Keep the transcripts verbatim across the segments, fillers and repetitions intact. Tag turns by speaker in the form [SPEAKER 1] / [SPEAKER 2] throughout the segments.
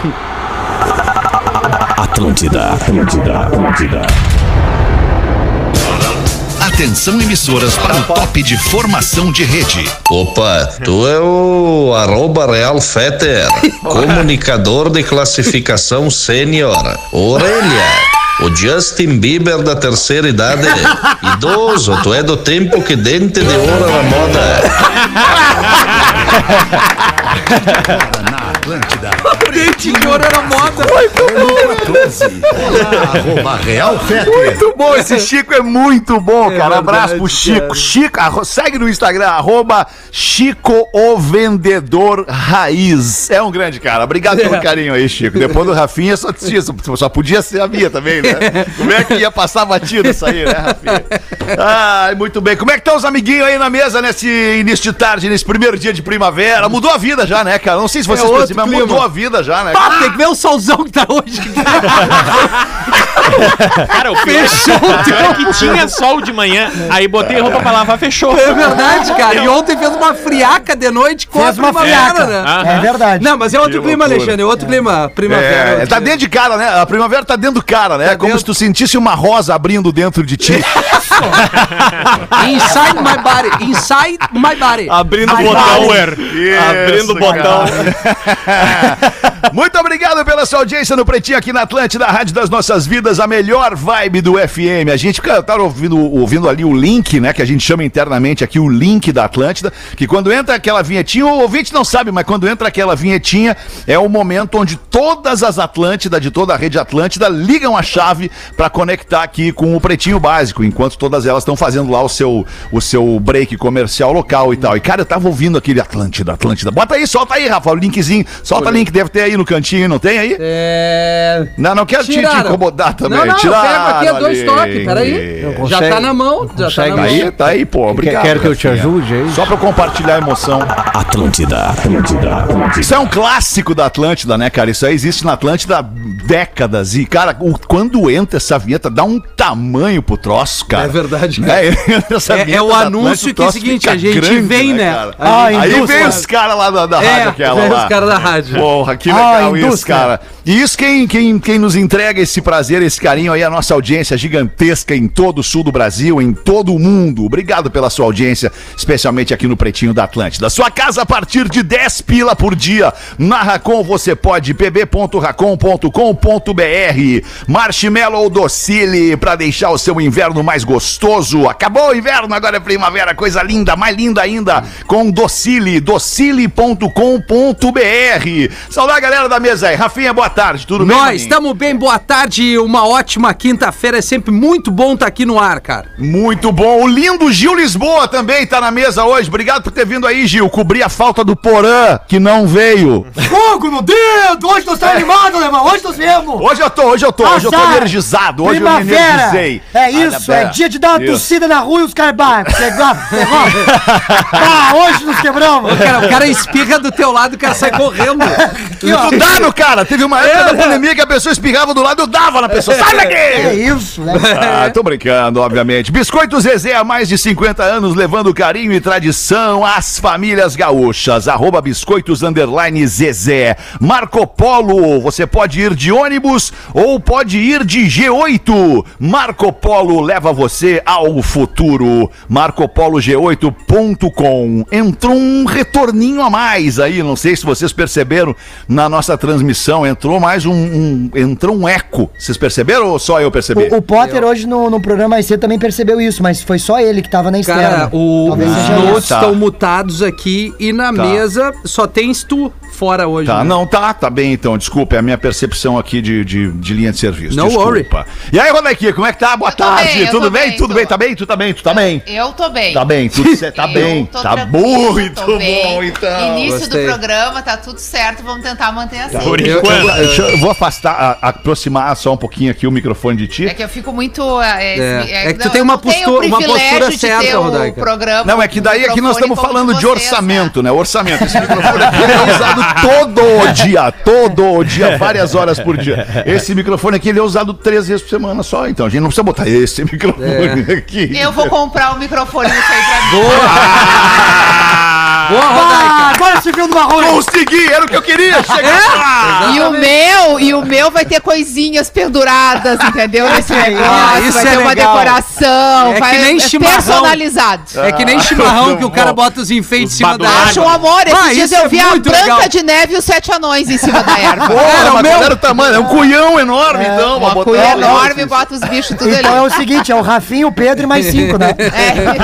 [SPEAKER 1] Atlântida, Atlântida, Atlântida.
[SPEAKER 2] Atenção, emissoras para o top de formação de rede.
[SPEAKER 3] Opa, tu é o arroba Real Fetter, comunicador de classificação sênior. Orelha, o Justin Bieber da terceira idade. Idoso, tu é do tempo que dente de ouro era moda.
[SPEAKER 2] Na Atlântida.
[SPEAKER 4] Dente de ouro era moda.
[SPEAKER 2] Arroba Real Fetter.
[SPEAKER 5] Muito bom, esse Chico é muito bom,
[SPEAKER 4] É
[SPEAKER 5] cara. Abraço
[SPEAKER 4] verdade,
[SPEAKER 5] pro Chico.
[SPEAKER 4] cara.
[SPEAKER 5] Chico, arro- segue no Instagram, arroba Chico o Vendedor Raiz. É um grande cara. Obrigado pelo carinho aí, Chico. Depois do Rafinha, só, só, só podia ser a minha também, né? Como é que ia passar batido isso aí, né, Rafinha? Ai, muito bem. Como é que estão os amiguinhos aí na mesa nesse início de tarde, nesse primeiro dia de primavera? Mudou a vida já, né, cara? Não sei se vocês
[SPEAKER 4] outro
[SPEAKER 5] percebem, mas
[SPEAKER 4] clima.
[SPEAKER 5] mudou a vida já, né?
[SPEAKER 4] Pá, tem que ver o solzão que tá hoje.
[SPEAKER 6] Cara, o pior,
[SPEAKER 4] Fechou,
[SPEAKER 6] o pior é que tinha sol de manhã, aí botei roupa pra lavar, fechou.
[SPEAKER 4] É verdade, cara. E ontem fez uma friaca de noite com
[SPEAKER 7] Fez
[SPEAKER 4] a
[SPEAKER 7] uma
[SPEAKER 4] primavera,
[SPEAKER 7] friaca.
[SPEAKER 4] né?
[SPEAKER 6] Aham.
[SPEAKER 7] É verdade.
[SPEAKER 4] Não, mas é outro
[SPEAKER 5] Que
[SPEAKER 4] clima,
[SPEAKER 5] loucura.
[SPEAKER 4] Alexandre. É outro clima. Primavera.
[SPEAKER 5] É, tá dentro de cara, né? A primavera tá dentro do cara, né?
[SPEAKER 4] Tá
[SPEAKER 5] É como
[SPEAKER 4] dentro.
[SPEAKER 5] se tu sentisse uma rosa abrindo dentro de ti.
[SPEAKER 4] Inside my body. Inside my body.
[SPEAKER 6] Abrindo o
[SPEAKER 7] Ai,
[SPEAKER 6] botão,
[SPEAKER 7] vai.
[SPEAKER 6] er. Abrindo o botão.
[SPEAKER 5] Muito obrigado pela sua audiência no Pretinho aqui na Atlântida, a Rádio das Nossas Vidas, a melhor vibe do F M. A gente fica tá ouvindo, ouvindo ali o link, né? Que a gente chama internamente aqui o link da Atlântida, que quando entra aquela vinhetinha, o ouvinte não sabe, mas quando entra aquela vinhetinha, é o momento onde todas as Atlântida, de toda a rede Atlântida, ligam a chave pra conectar aqui com o Pretinho Básico, enquanto todas elas estão fazendo lá o seu, o seu break comercial local e tal. E, cara, eu tava ouvindo aquele Atlântida, Atlântida. Bota aí, solta aí, Rafa, o linkzinho. Solta o link, deve ter aí no cantinho, não tem aí?
[SPEAKER 4] É...
[SPEAKER 5] Não, não quero te, te
[SPEAKER 4] Tiraram.
[SPEAKER 5] incomodar também.
[SPEAKER 4] Não, não, eu
[SPEAKER 5] Tiraram
[SPEAKER 4] pego aqui, é dois
[SPEAKER 5] ali.
[SPEAKER 4] toques, peraí.
[SPEAKER 7] Não
[SPEAKER 4] Já
[SPEAKER 7] consegue-
[SPEAKER 4] tá na mão, já tá
[SPEAKER 7] consegue
[SPEAKER 4] na
[SPEAKER 5] Tá
[SPEAKER 4] mão.
[SPEAKER 5] aí, tá aí, pô. Obrigado.
[SPEAKER 7] Quer que eu te
[SPEAKER 5] Rafinha.
[SPEAKER 7] ajude aí?
[SPEAKER 5] Só pra eu compartilhar a emoção.
[SPEAKER 1] Atlântida, Atlântida, Atlântida.
[SPEAKER 5] Isso é um clássico da Atlântida, né, cara? Isso aí existe na Atlântida há décadas. E, cara, o- quando entra essa vinheta, dá um tamanho pro troço, cara.
[SPEAKER 4] É verdade, né?
[SPEAKER 5] É, essa
[SPEAKER 4] É-
[SPEAKER 5] vinheta
[SPEAKER 4] é o
[SPEAKER 5] da
[SPEAKER 4] anúncio
[SPEAKER 5] Atlântida,
[SPEAKER 4] que é o
[SPEAKER 5] troço
[SPEAKER 4] seguinte,
[SPEAKER 5] fica
[SPEAKER 4] a gente
[SPEAKER 5] grande,
[SPEAKER 4] vem, né?
[SPEAKER 5] cara?
[SPEAKER 7] Ah,
[SPEAKER 5] Aí
[SPEAKER 7] indústria.
[SPEAKER 5] vem os caras lá da, da
[SPEAKER 4] É,
[SPEAKER 5] rádio aquela
[SPEAKER 4] vem
[SPEAKER 5] lá.
[SPEAKER 4] os caras da rádio.
[SPEAKER 5] Porra, que
[SPEAKER 7] Ah,
[SPEAKER 5] legal isso,
[SPEAKER 7] indústria.
[SPEAKER 5] cara. E isso quem, quem, quem nos entrega esse prazer, esse carinho aí, a nossa audiência gigantesca em todo o sul do Brasil, em todo o mundo. Obrigado pela sua audiência, especialmente aqui no Pretinho da Atlântida. Sua casa a partir de dez pila por dia. Na Racon você pode, p b ponto racon ponto com ponto b r. Marshmallow Docile, pra deixar o seu inverno mais gostoso. Acabou o inverno, agora é primavera, coisa linda, mais linda ainda, com Docile, docile ponto com ponto b r. Saudar a galera da mesa aí. Rafinha, boa tarde, tudo bem?
[SPEAKER 4] Nós
[SPEAKER 5] maninho?
[SPEAKER 4] estamos bem, boa tarde, uma ótima quinta-feira, é sempre muito bom estar aqui no ar, cara.
[SPEAKER 5] Muito bom. O lindo Gil Lisboa também tá na mesa hoje. Obrigado por ter vindo aí, Gil. Cobrir a falta do Porã, que não veio.
[SPEAKER 7] Fogo no dedo! Hoje nós estamos animados, alemão! Hoje nós viemos!
[SPEAKER 5] Hoje eu tô, hoje eu tô, hoje eu tô
[SPEAKER 7] Azar.
[SPEAKER 5] energizado. Hoje eu me
[SPEAKER 7] Primavera!
[SPEAKER 5] energizei.
[SPEAKER 7] É isso, é dia de dar uma
[SPEAKER 5] Isso.
[SPEAKER 7] tossida na rua e os caras... bah, Pegou, pegou. Ah, hoje nos quebramos!
[SPEAKER 4] Ô, cara, o cara espirra do teu lado, o cara sai correndo.
[SPEAKER 7] Aqui, ó.
[SPEAKER 5] Tu dá no cara. Teve uma época da pandemia que a pessoa espirrava do lado, eu dava na pessoa. Sai daqui!
[SPEAKER 7] É isso, né?
[SPEAKER 5] Ah, tô brincando, obviamente. Biscoitos Zezé há mais de cinquenta anos, levando carinho e tradição às famílias gaúchas. Arroba Biscoitos Underline Zezé. Marco Polo, você pode ir de ônibus ou pode ir de G oito. Marco Polo leva você ao futuro. marco polo g oito ponto com. Entrou um retorninho a mais aí, não sei se vocês perceberam na nossa transmissão. Entrou mais um, um entrou um eco. Vocês perceberam ou só eu percebi?
[SPEAKER 7] O, o Potter hoje no, no programa mais cedo também percebeu isso, mas foi só ele que tava na externa.
[SPEAKER 4] Cara, o-
[SPEAKER 7] Talvez
[SPEAKER 4] os
[SPEAKER 7] seja
[SPEAKER 4] notes
[SPEAKER 7] isso.
[SPEAKER 5] tá.
[SPEAKER 4] estão mutados aqui e na
[SPEAKER 5] Tá.
[SPEAKER 4] mesa só tens tu fora hoje.
[SPEAKER 5] Tá,
[SPEAKER 4] né?
[SPEAKER 5] não, tá, tá bem então, desculpa, é a minha percepção aqui de, de, de linha de serviço.
[SPEAKER 4] No
[SPEAKER 5] desculpa.
[SPEAKER 4] worry.
[SPEAKER 5] E aí, Rodequinha, como é que tá? Boa
[SPEAKER 8] Eu tô
[SPEAKER 5] tarde,
[SPEAKER 8] bem, eu
[SPEAKER 5] tudo
[SPEAKER 8] tô
[SPEAKER 5] bem?
[SPEAKER 8] bem,
[SPEAKER 5] Tudo
[SPEAKER 8] tô.
[SPEAKER 5] bem, tá bem? Tu tá bem? Tu tá bem?
[SPEAKER 8] Eu tô bem.
[SPEAKER 5] Tá bem, tudo certo, tá
[SPEAKER 8] Eu
[SPEAKER 5] bem.
[SPEAKER 8] tô
[SPEAKER 5] Tá
[SPEAKER 8] tranquila,
[SPEAKER 5] muito
[SPEAKER 8] tô bem.
[SPEAKER 5] bom, então.
[SPEAKER 8] Início
[SPEAKER 4] Gostei.
[SPEAKER 8] do programa, tá tudo certo, vamos tentar manter assim.
[SPEAKER 6] Por
[SPEAKER 4] Eu-
[SPEAKER 6] enquanto.
[SPEAKER 4] eu-
[SPEAKER 5] Deixa eu, eu vou afastar, a- aproximar só um pouquinho aqui o microfone de ti.
[SPEAKER 8] É que eu fico muito... É,
[SPEAKER 4] É, é que tu
[SPEAKER 8] não,
[SPEAKER 4] tem
[SPEAKER 8] eu
[SPEAKER 4] uma
[SPEAKER 8] não tenho
[SPEAKER 4] postura-
[SPEAKER 8] o
[SPEAKER 4] uma
[SPEAKER 8] privilégio
[SPEAKER 4] postura
[SPEAKER 8] de
[SPEAKER 4] certa,
[SPEAKER 8] ter o
[SPEAKER 4] Rodaica.
[SPEAKER 8] programa,
[SPEAKER 5] Não, é que daí
[SPEAKER 8] o
[SPEAKER 5] aqui nós
[SPEAKER 8] microfone
[SPEAKER 5] estamos
[SPEAKER 8] como
[SPEAKER 5] falando de
[SPEAKER 8] vocês,
[SPEAKER 5] orçamento, né? Orçamento. Esse microfone aqui ele é usado todo dia, todo dia, várias horas por dia. Esse microfone aqui ele é usado três vezes por semana só, então a gente não precisa botar esse microfone aqui.
[SPEAKER 8] Eu vou comprar o microfone isso aí pra mim.
[SPEAKER 4] Boa,
[SPEAKER 7] Ah,
[SPEAKER 4] Rodaica.
[SPEAKER 7] agora você viu do Marrone!
[SPEAKER 5] Consegui, era o que eu queria chegar lá.
[SPEAKER 8] E o meu, e o meu vai ter coisinhas penduradas, entendeu? Nesse negócio,
[SPEAKER 4] Ah, isso
[SPEAKER 8] vai
[SPEAKER 4] é
[SPEAKER 8] ter uma
[SPEAKER 4] legal.
[SPEAKER 8] decoração,
[SPEAKER 4] É que
[SPEAKER 8] vai
[SPEAKER 4] nem
[SPEAKER 8] é
[SPEAKER 4] chimarrão.
[SPEAKER 8] personalizado.
[SPEAKER 4] É que nem chimarrão que o cara bota os enfeites em cima da
[SPEAKER 8] Acho um amor, esses
[SPEAKER 4] Ah,
[SPEAKER 8] dias
[SPEAKER 4] isso
[SPEAKER 8] eu
[SPEAKER 4] é
[SPEAKER 8] vi a
[SPEAKER 4] muito
[SPEAKER 8] Branca
[SPEAKER 4] legal.
[SPEAKER 8] de Neve e os Sete Anões em cima da erva.
[SPEAKER 5] Pô,
[SPEAKER 4] Cara, o
[SPEAKER 5] mas
[SPEAKER 4] meu-
[SPEAKER 5] qual era o tamanho? É um cunhão enorme, então. pra
[SPEAKER 8] Uma
[SPEAKER 5] botar
[SPEAKER 8] cuia
[SPEAKER 5] o-
[SPEAKER 8] enorme, bota os bichos tudo
[SPEAKER 7] Então é
[SPEAKER 8] ali.
[SPEAKER 7] o seguinte, é o Rafinha, o Pedro e mais cinco, né?
[SPEAKER 8] É.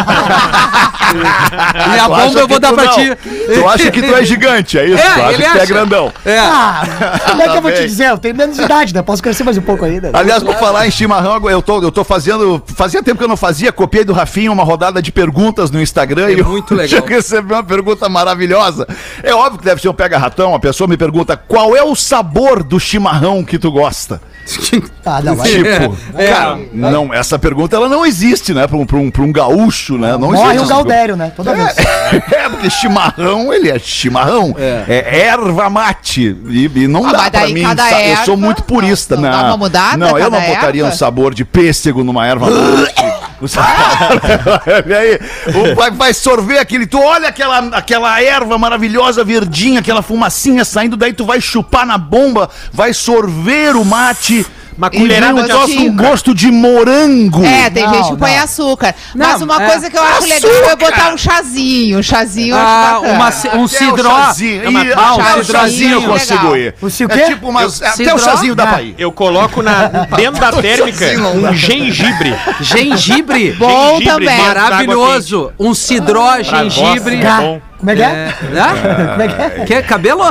[SPEAKER 4] E a
[SPEAKER 5] Tu acha
[SPEAKER 4] bomba eu vou
[SPEAKER 5] que
[SPEAKER 4] dar
[SPEAKER 5] tu
[SPEAKER 4] pra
[SPEAKER 5] não.
[SPEAKER 4] ti.
[SPEAKER 5] Tu acha que tu é gigante, é isso?
[SPEAKER 4] É,
[SPEAKER 5] tu acha
[SPEAKER 4] ele
[SPEAKER 5] que tu é
[SPEAKER 4] acha.
[SPEAKER 5] grandão.
[SPEAKER 4] É.
[SPEAKER 7] Ah, como é que eu vou te
[SPEAKER 5] bem.
[SPEAKER 7] dizer? Eu tenho menos idade, né? Posso crescer mais um pouco ainda.
[SPEAKER 5] Aliás, por falar em chimarrão, agora eu tô, eu tô fazendo. Fazia tempo que eu não fazia, copiei do Rafinha uma rodada de perguntas no Instagram
[SPEAKER 4] É
[SPEAKER 5] e eu
[SPEAKER 4] muito legal.
[SPEAKER 5] eu recebi uma pergunta maravilhosa. É óbvio que deve ser um pega-ratão, a pessoa me pergunta qual é o sabor do chimarrão que tu gosta?
[SPEAKER 7] Ah, não, vai.
[SPEAKER 5] Tipo,
[SPEAKER 4] É.
[SPEAKER 5] cara, não, essa pergunta ela não existe, né? Pra um, pra um, pra um gaúcho, né? Não
[SPEAKER 7] Morre
[SPEAKER 5] existe
[SPEAKER 7] o
[SPEAKER 5] essa
[SPEAKER 7] Galdério, né? Toda vez.
[SPEAKER 5] É, porque chimarrão, ele é chimarrão. É, erva mate. E, e não
[SPEAKER 8] Ah,
[SPEAKER 5] dá
[SPEAKER 8] mas
[SPEAKER 5] pra
[SPEAKER 8] daí
[SPEAKER 5] mim.
[SPEAKER 8] cada
[SPEAKER 5] sa- eu sou
[SPEAKER 8] erva,
[SPEAKER 5] muito purista,
[SPEAKER 8] não-
[SPEAKER 5] né?
[SPEAKER 8] não dá uma mudada
[SPEAKER 5] Não, eu não
[SPEAKER 8] cada
[SPEAKER 5] botaria
[SPEAKER 8] erva?
[SPEAKER 5] um sabor de pêssego numa erva mate. E aí, o- vai, vai sorver aquele. Tu olha aquela, aquela erva maravilhosa, verdinha, aquela fumacinha saindo, daí tu vai chupar na bomba, vai sorver o mate.
[SPEAKER 6] Uma
[SPEAKER 5] E vem um
[SPEAKER 6] colherada de
[SPEAKER 5] negócio com
[SPEAKER 6] açúcar.
[SPEAKER 5] gosto de morango.
[SPEAKER 8] É, tem
[SPEAKER 7] Não,
[SPEAKER 8] gente que põe
[SPEAKER 7] não.
[SPEAKER 8] açúcar. Mas
[SPEAKER 4] Não,
[SPEAKER 8] uma
[SPEAKER 4] é.
[SPEAKER 8] coisa que eu acho legal é botar um chazinho. Um chazinho eu
[SPEAKER 4] Ah,
[SPEAKER 8] acho bacana.
[SPEAKER 4] uma, ci- um
[SPEAKER 5] Até
[SPEAKER 4] cidró.
[SPEAKER 5] o chazinho.
[SPEAKER 4] É uma-
[SPEAKER 5] E-
[SPEAKER 4] ah, um
[SPEAKER 5] até o
[SPEAKER 8] cidrozinho
[SPEAKER 5] chazinho eu
[SPEAKER 8] legal.
[SPEAKER 5] consigo ir.
[SPEAKER 7] O ci- o
[SPEAKER 5] É
[SPEAKER 7] quê?
[SPEAKER 5] tipo umas, até
[SPEAKER 4] cidró?
[SPEAKER 5] o chazinho dá
[SPEAKER 7] Ah.
[SPEAKER 5] pra ir.
[SPEAKER 6] Eu coloco na, dentro da térmica um gengibre.
[SPEAKER 4] Gengibre.
[SPEAKER 8] Bom
[SPEAKER 6] Gengibre
[SPEAKER 8] também.
[SPEAKER 6] dentro da água
[SPEAKER 4] Maravilhoso. Um cidró,
[SPEAKER 6] Pra
[SPEAKER 4] gengibre.
[SPEAKER 6] voz, é bom.
[SPEAKER 7] Como é que é?
[SPEAKER 4] É. Hã?
[SPEAKER 7] Como é que é?
[SPEAKER 4] Quer cabelo?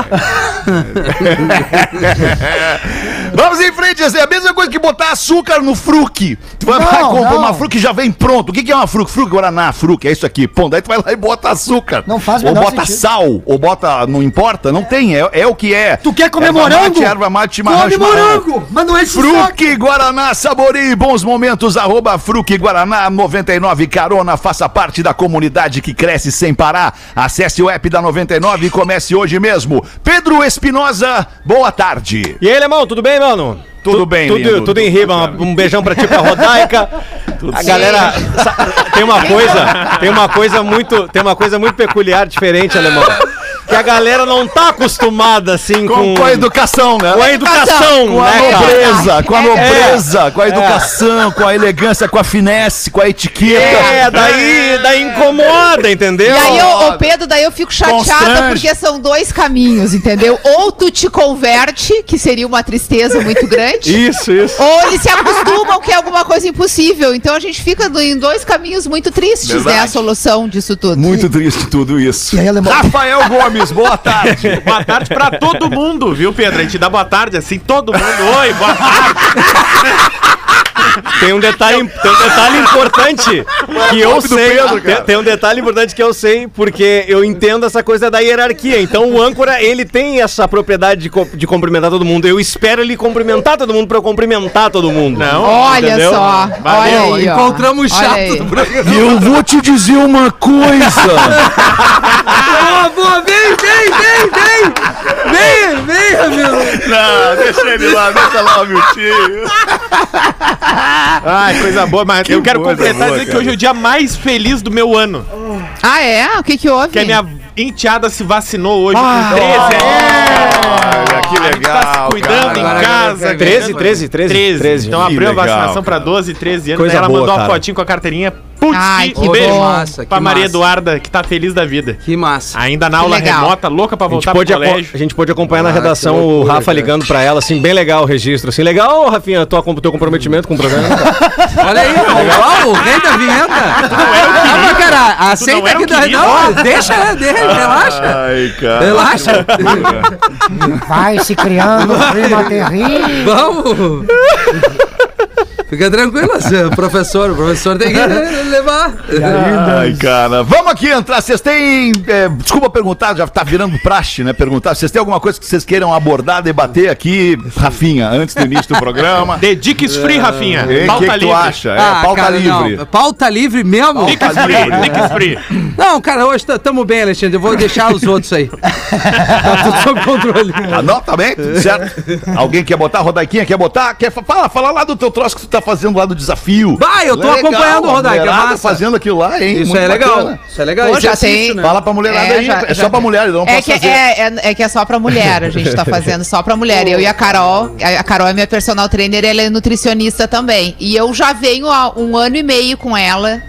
[SPEAKER 5] Vamos em frente, é a mesma coisa que botar açúcar no fruque. Tu vai,
[SPEAKER 7] Não,
[SPEAKER 5] vai comprar
[SPEAKER 7] não.
[SPEAKER 5] uma fruque já vem pronto. O que, que é uma fruque? Fruque, guaraná, fruque, é isso aqui. Pô, daí tu vai lá e bota açúcar.
[SPEAKER 7] Não faz o
[SPEAKER 5] Ou
[SPEAKER 7] menor
[SPEAKER 5] bota
[SPEAKER 7] sentido.
[SPEAKER 5] sal, ou bota, não importa, não tem, é, é o que é.
[SPEAKER 7] Tu quer comer
[SPEAKER 5] Erva
[SPEAKER 7] morango?
[SPEAKER 5] Mate, erva mate, chimarrão,
[SPEAKER 7] Come
[SPEAKER 5] chimarrão.
[SPEAKER 7] morango! Mas não é esse saco.
[SPEAKER 5] Fruque Guaraná, saboreie bons momentos, arroba Fruque Guaraná noventa e nove Carona, faça parte da comunidade que cresce sem parar. Acesse o app da noventa e nove e comece hoje mesmo. Pedro Espinosa, boa tarde.
[SPEAKER 9] E aí, Alemão, tudo bem, mano?
[SPEAKER 5] Tudo
[SPEAKER 9] Tu-
[SPEAKER 5] bem,
[SPEAKER 9] tudo,
[SPEAKER 5] lindo.
[SPEAKER 9] tudo em riba, um beijão pra ti, pra Rodaica. A galera, sa- tem uma coisa, tem uma coisa muito, tem uma coisa muito peculiar, diferente, Alemão. Que a galera não tá acostumada assim com,
[SPEAKER 5] Com, com a educação, né?
[SPEAKER 9] com a educação,
[SPEAKER 5] Com a
[SPEAKER 9] né, cara?
[SPEAKER 5] nobreza, com a
[SPEAKER 8] É.
[SPEAKER 5] nobreza, com a educação, com a elegância, com a finesse, com a etiqueta.
[SPEAKER 9] É, daí, daí incomoda, entendeu?
[SPEAKER 8] E aí, eu, ô Pedro, daí eu fico chateada
[SPEAKER 5] Constrange.
[SPEAKER 8] porque são dois caminhos, entendeu? Ou tu te converte, que seria uma tristeza muito grande.
[SPEAKER 9] Isso, isso.
[SPEAKER 8] Ou eles se acostumam que é alguma coisa impossível. Então a gente fica do- em dois caminhos muito tristes,
[SPEAKER 5] Verdade.
[SPEAKER 8] né? A solução disso tudo.
[SPEAKER 5] Muito triste tudo isso.
[SPEAKER 7] E aí, Alemão?
[SPEAKER 5] Rafael Gomes, boa tarde.
[SPEAKER 6] Boa tarde pra todo mundo, viu, Pedro? A gente dá boa tarde assim, todo mundo. Oi, boa tarde.
[SPEAKER 9] Tem um detalhe, tem um detalhe importante que eu
[SPEAKER 5] nome do
[SPEAKER 9] sei.
[SPEAKER 5] Pedro, cara.
[SPEAKER 9] tem, tem um detalhe importante que eu sei, porque eu entendo essa coisa da hierarquia. Então o âncora, ele tem essa propriedade de, co- de cumprimentar todo mundo. Eu espero ele cumprimentar todo mundo pra eu cumprimentar todo mundo.
[SPEAKER 6] Não.
[SPEAKER 8] Olha
[SPEAKER 9] Entendeu?
[SPEAKER 8] só, olha aí, ó.
[SPEAKER 4] Encontramos o
[SPEAKER 8] Olha
[SPEAKER 4] chato
[SPEAKER 8] aí.
[SPEAKER 4] do programa.
[SPEAKER 5] Eu vou te dizer uma coisa.
[SPEAKER 4] Ah, boa, vem, vem, vem, vem! Vem, vem, amigo!
[SPEAKER 5] Não, deixa ele lá, deixa lá o meu tio.
[SPEAKER 6] Ai, coisa boa, mas eu quero
[SPEAKER 5] coisa
[SPEAKER 6] completar
[SPEAKER 5] boa,
[SPEAKER 6] e dizer que
[SPEAKER 5] cara.
[SPEAKER 6] hoje é o dia mais feliz do meu ano.
[SPEAKER 8] Ah, é? O que que houve?
[SPEAKER 6] Que a minha enteada se vacinou hoje
[SPEAKER 5] Ah,
[SPEAKER 6] com treze anos.
[SPEAKER 5] Olha, que
[SPEAKER 6] A gente tá
[SPEAKER 5] legal,
[SPEAKER 6] se cuidando
[SPEAKER 5] cara.
[SPEAKER 6] em casa.
[SPEAKER 9] treze,
[SPEAKER 6] ganhando-
[SPEAKER 9] treze, treze, treze.
[SPEAKER 6] Então
[SPEAKER 5] Que
[SPEAKER 6] abriu a
[SPEAKER 5] legal,
[SPEAKER 6] vacinação pra
[SPEAKER 5] cara.
[SPEAKER 6] doze, treze anos.
[SPEAKER 9] Coisa
[SPEAKER 6] Daí ela
[SPEAKER 9] boa,
[SPEAKER 6] mandou uma
[SPEAKER 9] cara.
[SPEAKER 6] fotinho com a carteirinha. Putz,
[SPEAKER 8] Ai,
[SPEAKER 6] que,
[SPEAKER 8] que
[SPEAKER 6] beijo
[SPEAKER 8] bom.
[SPEAKER 4] massa,
[SPEAKER 6] pra
[SPEAKER 4] que
[SPEAKER 6] Maria
[SPEAKER 4] massa.
[SPEAKER 6] Eduarda, que tá feliz da vida.
[SPEAKER 4] Que massa.
[SPEAKER 6] Ainda na aula
[SPEAKER 8] legal.
[SPEAKER 6] remota, louca pra
[SPEAKER 9] A gente,
[SPEAKER 6] voltar
[SPEAKER 9] pôde
[SPEAKER 6] pro
[SPEAKER 9] aco-
[SPEAKER 6] colégio.
[SPEAKER 9] a gente pôde acompanhar na
[SPEAKER 4] Ah,
[SPEAKER 9] redação
[SPEAKER 4] que loucura,
[SPEAKER 9] o Rafa
[SPEAKER 4] cara.
[SPEAKER 9] ligando pra ela, assim, bem legal o registro, assim, legal, Rafinha, tua, com- teu comprometimento com o programa.
[SPEAKER 4] Olha aí, ó, ó, o rei da vinheta. Calma, cara, aceita
[SPEAKER 6] não era
[SPEAKER 4] aqui
[SPEAKER 6] o
[SPEAKER 4] da...
[SPEAKER 6] querido.
[SPEAKER 4] Não, deixa, deixa, relaxa.
[SPEAKER 5] Ai, cara.
[SPEAKER 4] Relaxa.
[SPEAKER 7] Vai se criando um clima terrível.
[SPEAKER 4] Vamos. Fica tranquilo, senhor professor. O professor tem que levar.
[SPEAKER 5] Ai, cara. Vamos aqui entrar. Vocês têm. é, desculpa perguntar, já tá virando praxe, né? Perguntar. Vocês têm alguma coisa que vocês queiram abordar, debater aqui, Rafinha, antes do início do programa?
[SPEAKER 6] Dediques free, Rafinha.
[SPEAKER 5] O que,
[SPEAKER 6] Pauta
[SPEAKER 5] que tu
[SPEAKER 6] livre.
[SPEAKER 5] acha? É,
[SPEAKER 4] Ah,
[SPEAKER 5] pauta
[SPEAKER 4] cara,
[SPEAKER 5] livre.
[SPEAKER 4] Não, pauta livre mesmo?
[SPEAKER 6] Dicas free, dicas free.
[SPEAKER 4] Não, cara, hoje estamos bem, Alexandre. Eu vou deixar os outros aí. Tá tudo sob controle.
[SPEAKER 5] Ah, não, tá bem? Tudo certo? Alguém quer botar? Rodaiquinha quer botar? Quer, fa- fala, fala lá do teu troço que tu tá tá fazendo lá do desafio.
[SPEAKER 4] Vai, eu tô
[SPEAKER 5] Legal,
[SPEAKER 4] acompanhando o Rodaica, é
[SPEAKER 5] mulherada
[SPEAKER 4] massa.
[SPEAKER 5] fazendo aquilo lá, hein?
[SPEAKER 4] Isso
[SPEAKER 5] Muito
[SPEAKER 4] é legal.
[SPEAKER 5] bacana.
[SPEAKER 4] Isso é legal.
[SPEAKER 8] Pô, já
[SPEAKER 4] exercício,
[SPEAKER 8] tem-
[SPEAKER 4] né?
[SPEAKER 5] Fala pra mulherada
[SPEAKER 8] É,
[SPEAKER 5] aí,
[SPEAKER 8] já-
[SPEAKER 5] é
[SPEAKER 8] já-
[SPEAKER 5] só pra mulher, eu não
[SPEAKER 8] É
[SPEAKER 5] posso
[SPEAKER 8] que
[SPEAKER 5] fazer.
[SPEAKER 8] é, é, é que é só pra mulher, a gente tá fazendo só pra mulher. Eu e a Carol, a a Carol é minha personal trainer, ela é nutricionista também. E eu já venho há um ano e meio com ela,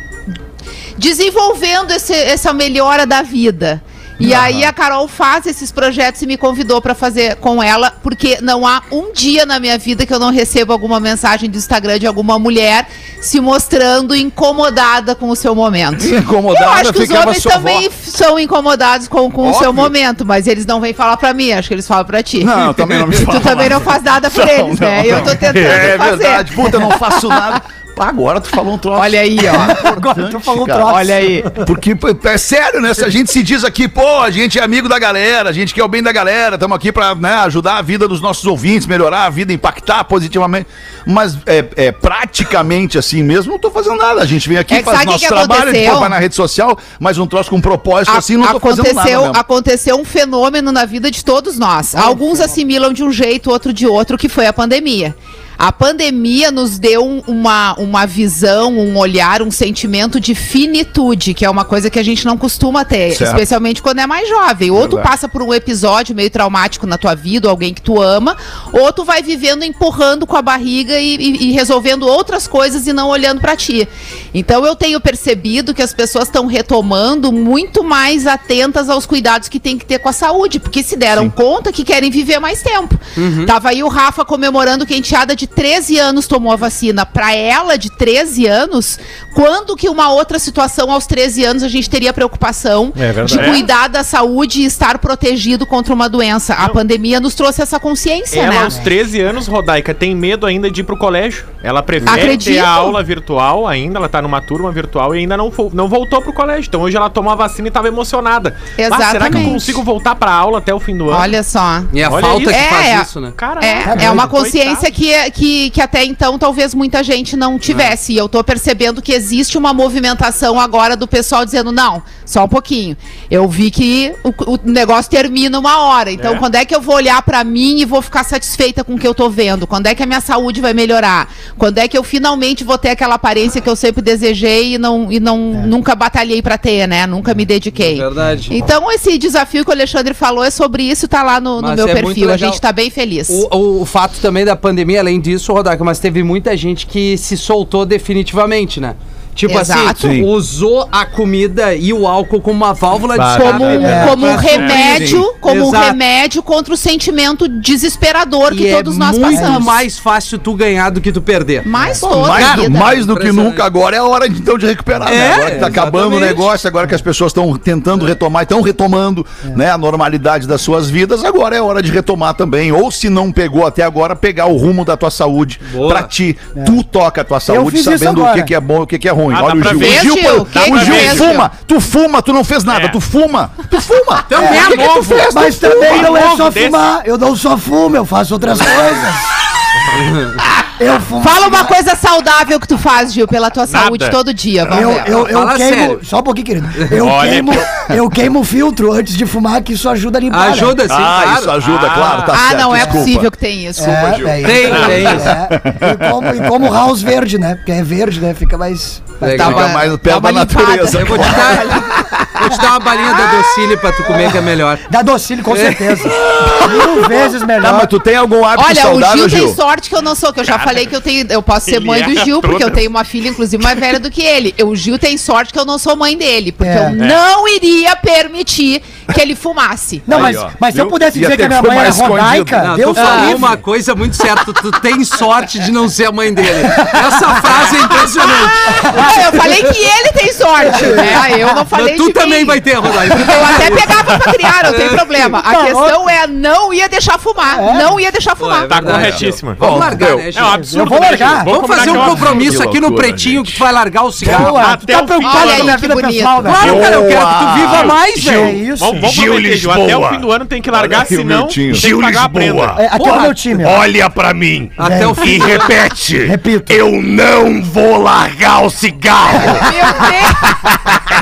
[SPEAKER 8] desenvolvendo esse, essa melhora da vida. E
[SPEAKER 5] Aham.
[SPEAKER 8] aí a Carol faz esses projetos e me convidou pra fazer com ela, porque não há um dia na minha vida que eu não recebo alguma mensagem do Instagram de alguma mulher se mostrando incomodada com o seu momento.
[SPEAKER 5] Incomodada,
[SPEAKER 8] Eu acho que os
[SPEAKER 5] ficava
[SPEAKER 8] homens
[SPEAKER 5] sua
[SPEAKER 8] também
[SPEAKER 5] avó.
[SPEAKER 8] são incomodados com, com o seu
[SPEAKER 5] Óbvio.
[SPEAKER 8] momento, mas eles não vêm falar pra mim, acho que eles falam pra ti.
[SPEAKER 5] Não, também não me fala.
[SPEAKER 8] Tu também não faz nada por
[SPEAKER 5] Não,
[SPEAKER 8] eles,
[SPEAKER 5] não,
[SPEAKER 8] né?
[SPEAKER 5] não.
[SPEAKER 8] Eu tô tentando
[SPEAKER 5] É
[SPEAKER 8] fazer.
[SPEAKER 5] verdade, puta, eu não faço nada. Agora tu falou um troço.
[SPEAKER 8] Olha aí, ó.
[SPEAKER 5] Agora
[SPEAKER 7] tu falou um troço.
[SPEAKER 8] Olha aí.
[SPEAKER 5] Porque pô, é sério, né? Se a gente se diz aqui, pô, a gente é amigo da galera, a gente quer o bem da galera, estamos aqui pra, né, ajudar a vida dos nossos ouvintes, melhorar a vida, impactar positivamente. Mas é, é praticamente assim mesmo, não tô fazendo nada. A gente vem aqui,
[SPEAKER 8] É que
[SPEAKER 5] faz
[SPEAKER 8] sabe o
[SPEAKER 5] nosso
[SPEAKER 8] que que
[SPEAKER 5] trabalho,
[SPEAKER 8] aconteceu?
[SPEAKER 5] depois vai na rede social, mas um troço com um propósito
[SPEAKER 8] A-
[SPEAKER 5] assim, não tô fazendo nada
[SPEAKER 8] aconteceu,
[SPEAKER 5] mesmo.
[SPEAKER 8] aconteceu um fenômeno na vida de todos nós. Alguns assimilam de um jeito, outro de outro, que foi a pandemia. A pandemia nos deu um- uma, uma visão, um olhar, um sentimento de finitude, que é uma coisa que a gente não costuma ter,
[SPEAKER 5] Certo.
[SPEAKER 8] especialmente quando é mais jovem. Ou tu
[SPEAKER 5] Verdade.
[SPEAKER 8] passa por um episódio meio traumático na tua vida, ou alguém que tu ama, ou tu vai vivendo empurrando com a barriga e, e- e resolvendo outras coisas e não olhando pra ti. Então eu tenho percebido que as pessoas estão retomando muito mais atentas aos cuidados que tem que ter com a saúde, porque se deram conta que querem viver mais tempo. Tava aí o Rafa comemorando que a enteada de treze anos tomou a vacina. Pra ela, de treze anos, quando que uma outra situação aos treze anos a gente teria preocupação
[SPEAKER 9] É verdade.
[SPEAKER 8] de cuidar da saúde e estar protegido contra uma doença? A pandemia nos trouxe essa consciência,
[SPEAKER 6] Ela,
[SPEAKER 8] né?
[SPEAKER 6] aos treze anos, Rodaica, tem medo ainda de ir pro colégio. Ela prefere
[SPEAKER 8] Acredito.
[SPEAKER 6] ter a aula virtual ainda, ela tá numa turma virtual e ainda não, fo- não voltou pro colégio. Então hoje ela tomou a vacina e tava emocionada. Ah, será que eu
[SPEAKER 8] Exatamente.
[SPEAKER 6] consigo voltar pra aula até o fim do ano?
[SPEAKER 8] Olha só.
[SPEAKER 4] E a
[SPEAKER 6] Olha
[SPEAKER 4] falta
[SPEAKER 6] isso.
[SPEAKER 4] que
[SPEAKER 8] É,
[SPEAKER 4] faz
[SPEAKER 8] é.
[SPEAKER 4] isso, né?
[SPEAKER 6] Cara,
[SPEAKER 8] É, é uma consciência que, que, que até então talvez muita gente não tivesse. E eu tô percebendo que existe uma movimentação agora do pessoal dizendo, não, só um pouquinho. Eu vi que o, o negócio termina uma hora. Então,
[SPEAKER 6] É.
[SPEAKER 8] quando é que eu vou olhar pra mim e vou ficar satisfeita com o que eu tô vendo? Quando é que a minha saúde vai melhorar? Quando é que eu finalmente vou ter aquela aparência que eu sempre desejei e, não, e não, nunca batalhei pra ter, né? Nunca me dediquei.
[SPEAKER 4] Verdade.
[SPEAKER 8] Então, esse desafio que o Alexandre falou é sobre isso, tá lá no, no
[SPEAKER 4] Mas
[SPEAKER 8] meu
[SPEAKER 4] é muito
[SPEAKER 8] perfil. A
[SPEAKER 4] legal.
[SPEAKER 8] gente tá bem feliz.
[SPEAKER 4] O, o, o fato também da pandemia, além disso, Rodaica, mas teve muita gente que se soltou definitivamente, né? Tipo
[SPEAKER 8] Exato.
[SPEAKER 4] assim, usou a comida e o álcool como uma válvula de
[SPEAKER 9] Barato.
[SPEAKER 8] como, um-
[SPEAKER 4] escape.
[SPEAKER 8] como um
[SPEAKER 4] Pra
[SPEAKER 8] remédio,
[SPEAKER 4] suprir.
[SPEAKER 8] como um
[SPEAKER 4] Exato.
[SPEAKER 8] remédio contra o sentimento desesperador que
[SPEAKER 4] E
[SPEAKER 8] todos
[SPEAKER 4] é
[SPEAKER 8] nós
[SPEAKER 4] muito
[SPEAKER 8] passamos.
[SPEAKER 4] mais fácil tu ganhar do que tu perder.
[SPEAKER 8] Mais toda a
[SPEAKER 5] Mais,
[SPEAKER 8] vida.
[SPEAKER 5] mais do que
[SPEAKER 4] Impressionante.
[SPEAKER 5] nunca agora é a hora então de recuperar, né?
[SPEAKER 4] É,
[SPEAKER 5] Agora que tá acabando o
[SPEAKER 4] exatamente.
[SPEAKER 5] negócio, agora que as pessoas estão tentando retomar, estão retomando, né, a normalidade das suas vidas, agora é hora de retomar também. Ou se não pegou até agora, pegar o rumo da tua saúde
[SPEAKER 4] Boa.
[SPEAKER 5] pra ti. Tu toca a tua saúde
[SPEAKER 7] fiz isso
[SPEAKER 5] sabendo o
[SPEAKER 7] agora.
[SPEAKER 5] que, que é bom e o que, que é ruim.
[SPEAKER 6] Ah,
[SPEAKER 5] Olha
[SPEAKER 6] dá
[SPEAKER 5] o
[SPEAKER 6] pra
[SPEAKER 5] Gil.
[SPEAKER 6] ver.
[SPEAKER 5] O Gil,
[SPEAKER 8] Gil,
[SPEAKER 5] pô,
[SPEAKER 8] o que
[SPEAKER 5] o
[SPEAKER 8] que
[SPEAKER 5] Gil
[SPEAKER 8] fez,
[SPEAKER 5] fuma. Tu fuma, tu não fez nada.
[SPEAKER 6] É.
[SPEAKER 5] Tu fuma. Tu fuma.
[SPEAKER 4] Também
[SPEAKER 5] O
[SPEAKER 4] é
[SPEAKER 5] que que tu
[SPEAKER 6] novo.
[SPEAKER 5] fez?
[SPEAKER 7] Mas
[SPEAKER 5] Tu
[SPEAKER 7] também
[SPEAKER 5] fuma.
[SPEAKER 7] não é só
[SPEAKER 6] novo desse.
[SPEAKER 7] fumar. Eu não só fumo, eu faço outras coisas. Eu fumo.
[SPEAKER 8] Fala uma coisa saudável que tu faz, Gil, pela tua
[SPEAKER 6] Nada.
[SPEAKER 8] saúde todo dia. Vamos
[SPEAKER 7] Eu,
[SPEAKER 8] ver.
[SPEAKER 7] eu, eu
[SPEAKER 4] Fala
[SPEAKER 7] queimo.
[SPEAKER 4] sério.
[SPEAKER 7] Só um pouquinho, querido. Eu
[SPEAKER 6] Olha
[SPEAKER 7] queimo, eu queimo filtro antes de fumar, que isso ajuda a limpar.
[SPEAKER 4] Ajuda,
[SPEAKER 7] né?
[SPEAKER 4] sim,
[SPEAKER 5] Ah,
[SPEAKER 4] claro.
[SPEAKER 5] isso ajuda,
[SPEAKER 6] Ah.
[SPEAKER 5] claro. Tá
[SPEAKER 8] Ah,
[SPEAKER 5] certo,
[SPEAKER 8] não é
[SPEAKER 5] desculpa.
[SPEAKER 8] possível que tem isso.
[SPEAKER 7] É, daí-
[SPEAKER 4] Tem, tem.
[SPEAKER 7] É. E como, e como house verde, né? Porque é verde, né? Fica mais.
[SPEAKER 4] Legal.
[SPEAKER 5] Fica mais
[SPEAKER 8] Dá
[SPEAKER 5] perto
[SPEAKER 8] uma
[SPEAKER 5] da
[SPEAKER 8] limpada.
[SPEAKER 5] natureza.
[SPEAKER 4] Eu vou te dar, vou te dar uma balinha da docile pra tu comer que é melhor.
[SPEAKER 7] Dá docile, com certeza. Mil vezes
[SPEAKER 5] Tá,
[SPEAKER 7] melhor.
[SPEAKER 5] mas tu tem algum hábito
[SPEAKER 8] Olha, o
[SPEAKER 5] saudável,
[SPEAKER 8] Gil
[SPEAKER 5] Gil?
[SPEAKER 8] tem sorte que eu não sou, que eu já falei que eu tenho, eu posso ser
[SPEAKER 6] ele
[SPEAKER 8] mãe do
[SPEAKER 6] erra
[SPEAKER 8] Gil, porque eu
[SPEAKER 6] todas.
[SPEAKER 8] tenho uma filha, inclusive, mais velha do que ele. O Gil tem sorte que eu não sou mãe dele, porque
[SPEAKER 7] É.
[SPEAKER 8] eu não iria permitir que ele fumasse.
[SPEAKER 7] Não,
[SPEAKER 5] Aí,
[SPEAKER 7] mas,
[SPEAKER 5] ó.
[SPEAKER 7] mas se eu
[SPEAKER 5] Viu?
[SPEAKER 7] pudesse
[SPEAKER 5] Ia
[SPEAKER 7] dizer
[SPEAKER 5] ter
[SPEAKER 7] que a minha
[SPEAKER 5] que
[SPEAKER 7] mãe era
[SPEAKER 5] fumar escondido.
[SPEAKER 7] rodaica,
[SPEAKER 4] Não,
[SPEAKER 7] Deus
[SPEAKER 4] tu falou
[SPEAKER 7] livre.
[SPEAKER 4] uma coisa muito certa. Tu tem sorte de não ser a mãe dele. Essa frase é impressionante.
[SPEAKER 8] Ah, eu falei que ele tem sorte, né? Eu não falei
[SPEAKER 4] tu
[SPEAKER 8] de
[SPEAKER 4] também
[SPEAKER 8] mim.
[SPEAKER 4] vai ter, Rodaica.
[SPEAKER 8] Eu até pegava pra criar, não tem problema. A
[SPEAKER 7] Tá
[SPEAKER 8] questão é não ia deixar fumar. Não ia deixar fumar.
[SPEAKER 6] Tá
[SPEAKER 4] Verdade.
[SPEAKER 6] corretíssima.
[SPEAKER 4] Vamos
[SPEAKER 5] Bom,
[SPEAKER 4] largar,
[SPEAKER 5] deu.
[SPEAKER 4] né,
[SPEAKER 6] É um
[SPEAKER 4] Gil?
[SPEAKER 6] absurdo.
[SPEAKER 7] Eu vou
[SPEAKER 6] né,
[SPEAKER 7] largar.
[SPEAKER 6] Gil?
[SPEAKER 4] Vamos fazer
[SPEAKER 6] combinar
[SPEAKER 4] um
[SPEAKER 6] que é absurdo.
[SPEAKER 4] compromisso
[SPEAKER 5] Que
[SPEAKER 4] aqui no
[SPEAKER 5] loucura,
[SPEAKER 4] Pretinho
[SPEAKER 5] gente.
[SPEAKER 4] que tu vai largar o cigarro.
[SPEAKER 7] Boa, tu
[SPEAKER 6] Até
[SPEAKER 7] tá
[SPEAKER 6] o fim
[SPEAKER 7] preocupado
[SPEAKER 6] do
[SPEAKER 7] com a
[SPEAKER 6] ano.
[SPEAKER 7] minha
[SPEAKER 8] Que
[SPEAKER 7] vida
[SPEAKER 8] bonito.
[SPEAKER 7] pessoal, né?
[SPEAKER 4] Claro, cara, eu quero que tu viva mais,
[SPEAKER 7] É
[SPEAKER 4] velho.
[SPEAKER 7] isso.
[SPEAKER 6] Vamos, vamos
[SPEAKER 1] Gil
[SPEAKER 6] prometer, Gil. Até
[SPEAKER 1] Lisboa.
[SPEAKER 6] o fim do ano tem que largar,
[SPEAKER 5] Olha aí o
[SPEAKER 6] senão
[SPEAKER 5] Miltinho.
[SPEAKER 6] tem que
[SPEAKER 1] Gil
[SPEAKER 6] pagar a
[SPEAKER 1] Lisboa.
[SPEAKER 6] prenda.
[SPEAKER 7] É, aqui é
[SPEAKER 4] Porra.
[SPEAKER 7] o meu time. ó.
[SPEAKER 1] Olha pra mim
[SPEAKER 4] Até o
[SPEAKER 1] e
[SPEAKER 4] fim.
[SPEAKER 1] repete.
[SPEAKER 7] Repito.
[SPEAKER 1] Eu não vou largar o cigarro.
[SPEAKER 8] Meu Deus!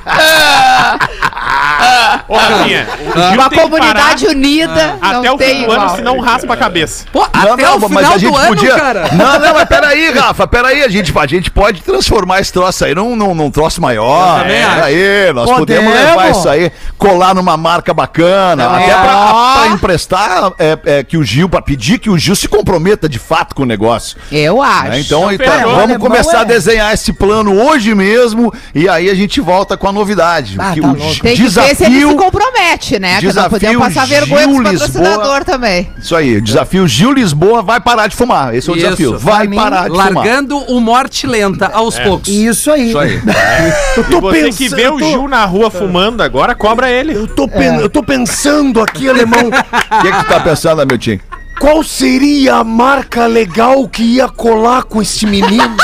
[SPEAKER 6] Ô, Rafinha, o Gil
[SPEAKER 8] Uma
[SPEAKER 6] tem que
[SPEAKER 8] comunidade
[SPEAKER 6] parar
[SPEAKER 8] unida.
[SPEAKER 6] até
[SPEAKER 8] não
[SPEAKER 6] o
[SPEAKER 8] tem
[SPEAKER 6] fim do ano,
[SPEAKER 8] igual.
[SPEAKER 6] senão raspa a cabeça.
[SPEAKER 4] Pô, até o final do ano, cara.
[SPEAKER 5] Não, não, mas peraí, Rafa, peraí, a gente, a gente pode transformar esse troço aí num, num, num troço maior.
[SPEAKER 4] também
[SPEAKER 5] É,
[SPEAKER 4] acho.
[SPEAKER 5] aí, nós podemos,
[SPEAKER 7] Podemos.
[SPEAKER 5] levar isso aí, colar numa marca bacana,
[SPEAKER 4] Também
[SPEAKER 5] até pra,
[SPEAKER 8] acho.
[SPEAKER 5] pra emprestar é, é, que o Gil, pra pedir que o Gil se comprometa de fato com o negócio.
[SPEAKER 8] Eu acho.
[SPEAKER 5] Né? Então, então
[SPEAKER 6] fechou.
[SPEAKER 5] vamos
[SPEAKER 7] Alemão
[SPEAKER 5] começar
[SPEAKER 7] é.
[SPEAKER 5] a desenhar esse plano hoje mesmo e aí a gente volta com a novidade.
[SPEAKER 7] Ah,
[SPEAKER 5] que
[SPEAKER 7] tá
[SPEAKER 5] o
[SPEAKER 7] louco.
[SPEAKER 5] Gi-
[SPEAKER 8] Tem que ver se ele se
[SPEAKER 5] desafio,
[SPEAKER 8] compromete, né? Que não
[SPEAKER 5] desafio
[SPEAKER 8] podemos passar vergonha
[SPEAKER 5] Gil
[SPEAKER 8] pros patrocinador
[SPEAKER 5] Lisboa.
[SPEAKER 8] também.
[SPEAKER 5] isso aí, desafio Gil Lisboa vai parar de fumar. Esse é o
[SPEAKER 4] Isso.
[SPEAKER 5] desafio. Vai
[SPEAKER 7] Pra mim,
[SPEAKER 5] parar de fumar.
[SPEAKER 4] Largando o morte lenta aos poucos.
[SPEAKER 7] Isso aí.
[SPEAKER 5] Isso aí.
[SPEAKER 7] Eu
[SPEAKER 6] E você que vê o Gil na rua fumando agora, cobra ele.
[SPEAKER 10] Eu tô, pen- eu tô pensando aqui, alemão,
[SPEAKER 5] O que, que tu tá pensando, meu tio?
[SPEAKER 10] qual seria a marca legal que ia colar com esse menino?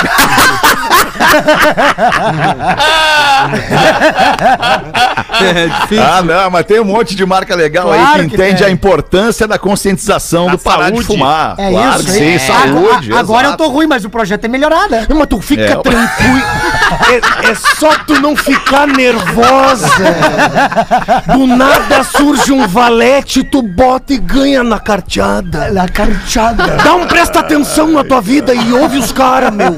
[SPEAKER 4] É difícil.
[SPEAKER 5] Ah, não, mas tem um monte de marca legal
[SPEAKER 7] Claro
[SPEAKER 5] aí que
[SPEAKER 7] que
[SPEAKER 5] entende
[SPEAKER 7] tem.
[SPEAKER 5] a importância da conscientização
[SPEAKER 6] Da
[SPEAKER 5] do parar
[SPEAKER 6] saúde.
[SPEAKER 5] de fumar.
[SPEAKER 7] É
[SPEAKER 5] claro
[SPEAKER 7] isso
[SPEAKER 5] que
[SPEAKER 7] aí.
[SPEAKER 5] sim, saúde.
[SPEAKER 7] A- Agora
[SPEAKER 5] exato.
[SPEAKER 7] eu tô ruim, mas o projeto é melhorar, né?
[SPEAKER 10] Mas tu fica
[SPEAKER 5] É.
[SPEAKER 10] tranquilo. É, é só tu não ficar nervosa. Do nada surge um valete, tu bota e ganha na carteada.
[SPEAKER 7] Na carteada.
[SPEAKER 10] Dá um presta atenção na tua vida e ouve os caras, meu.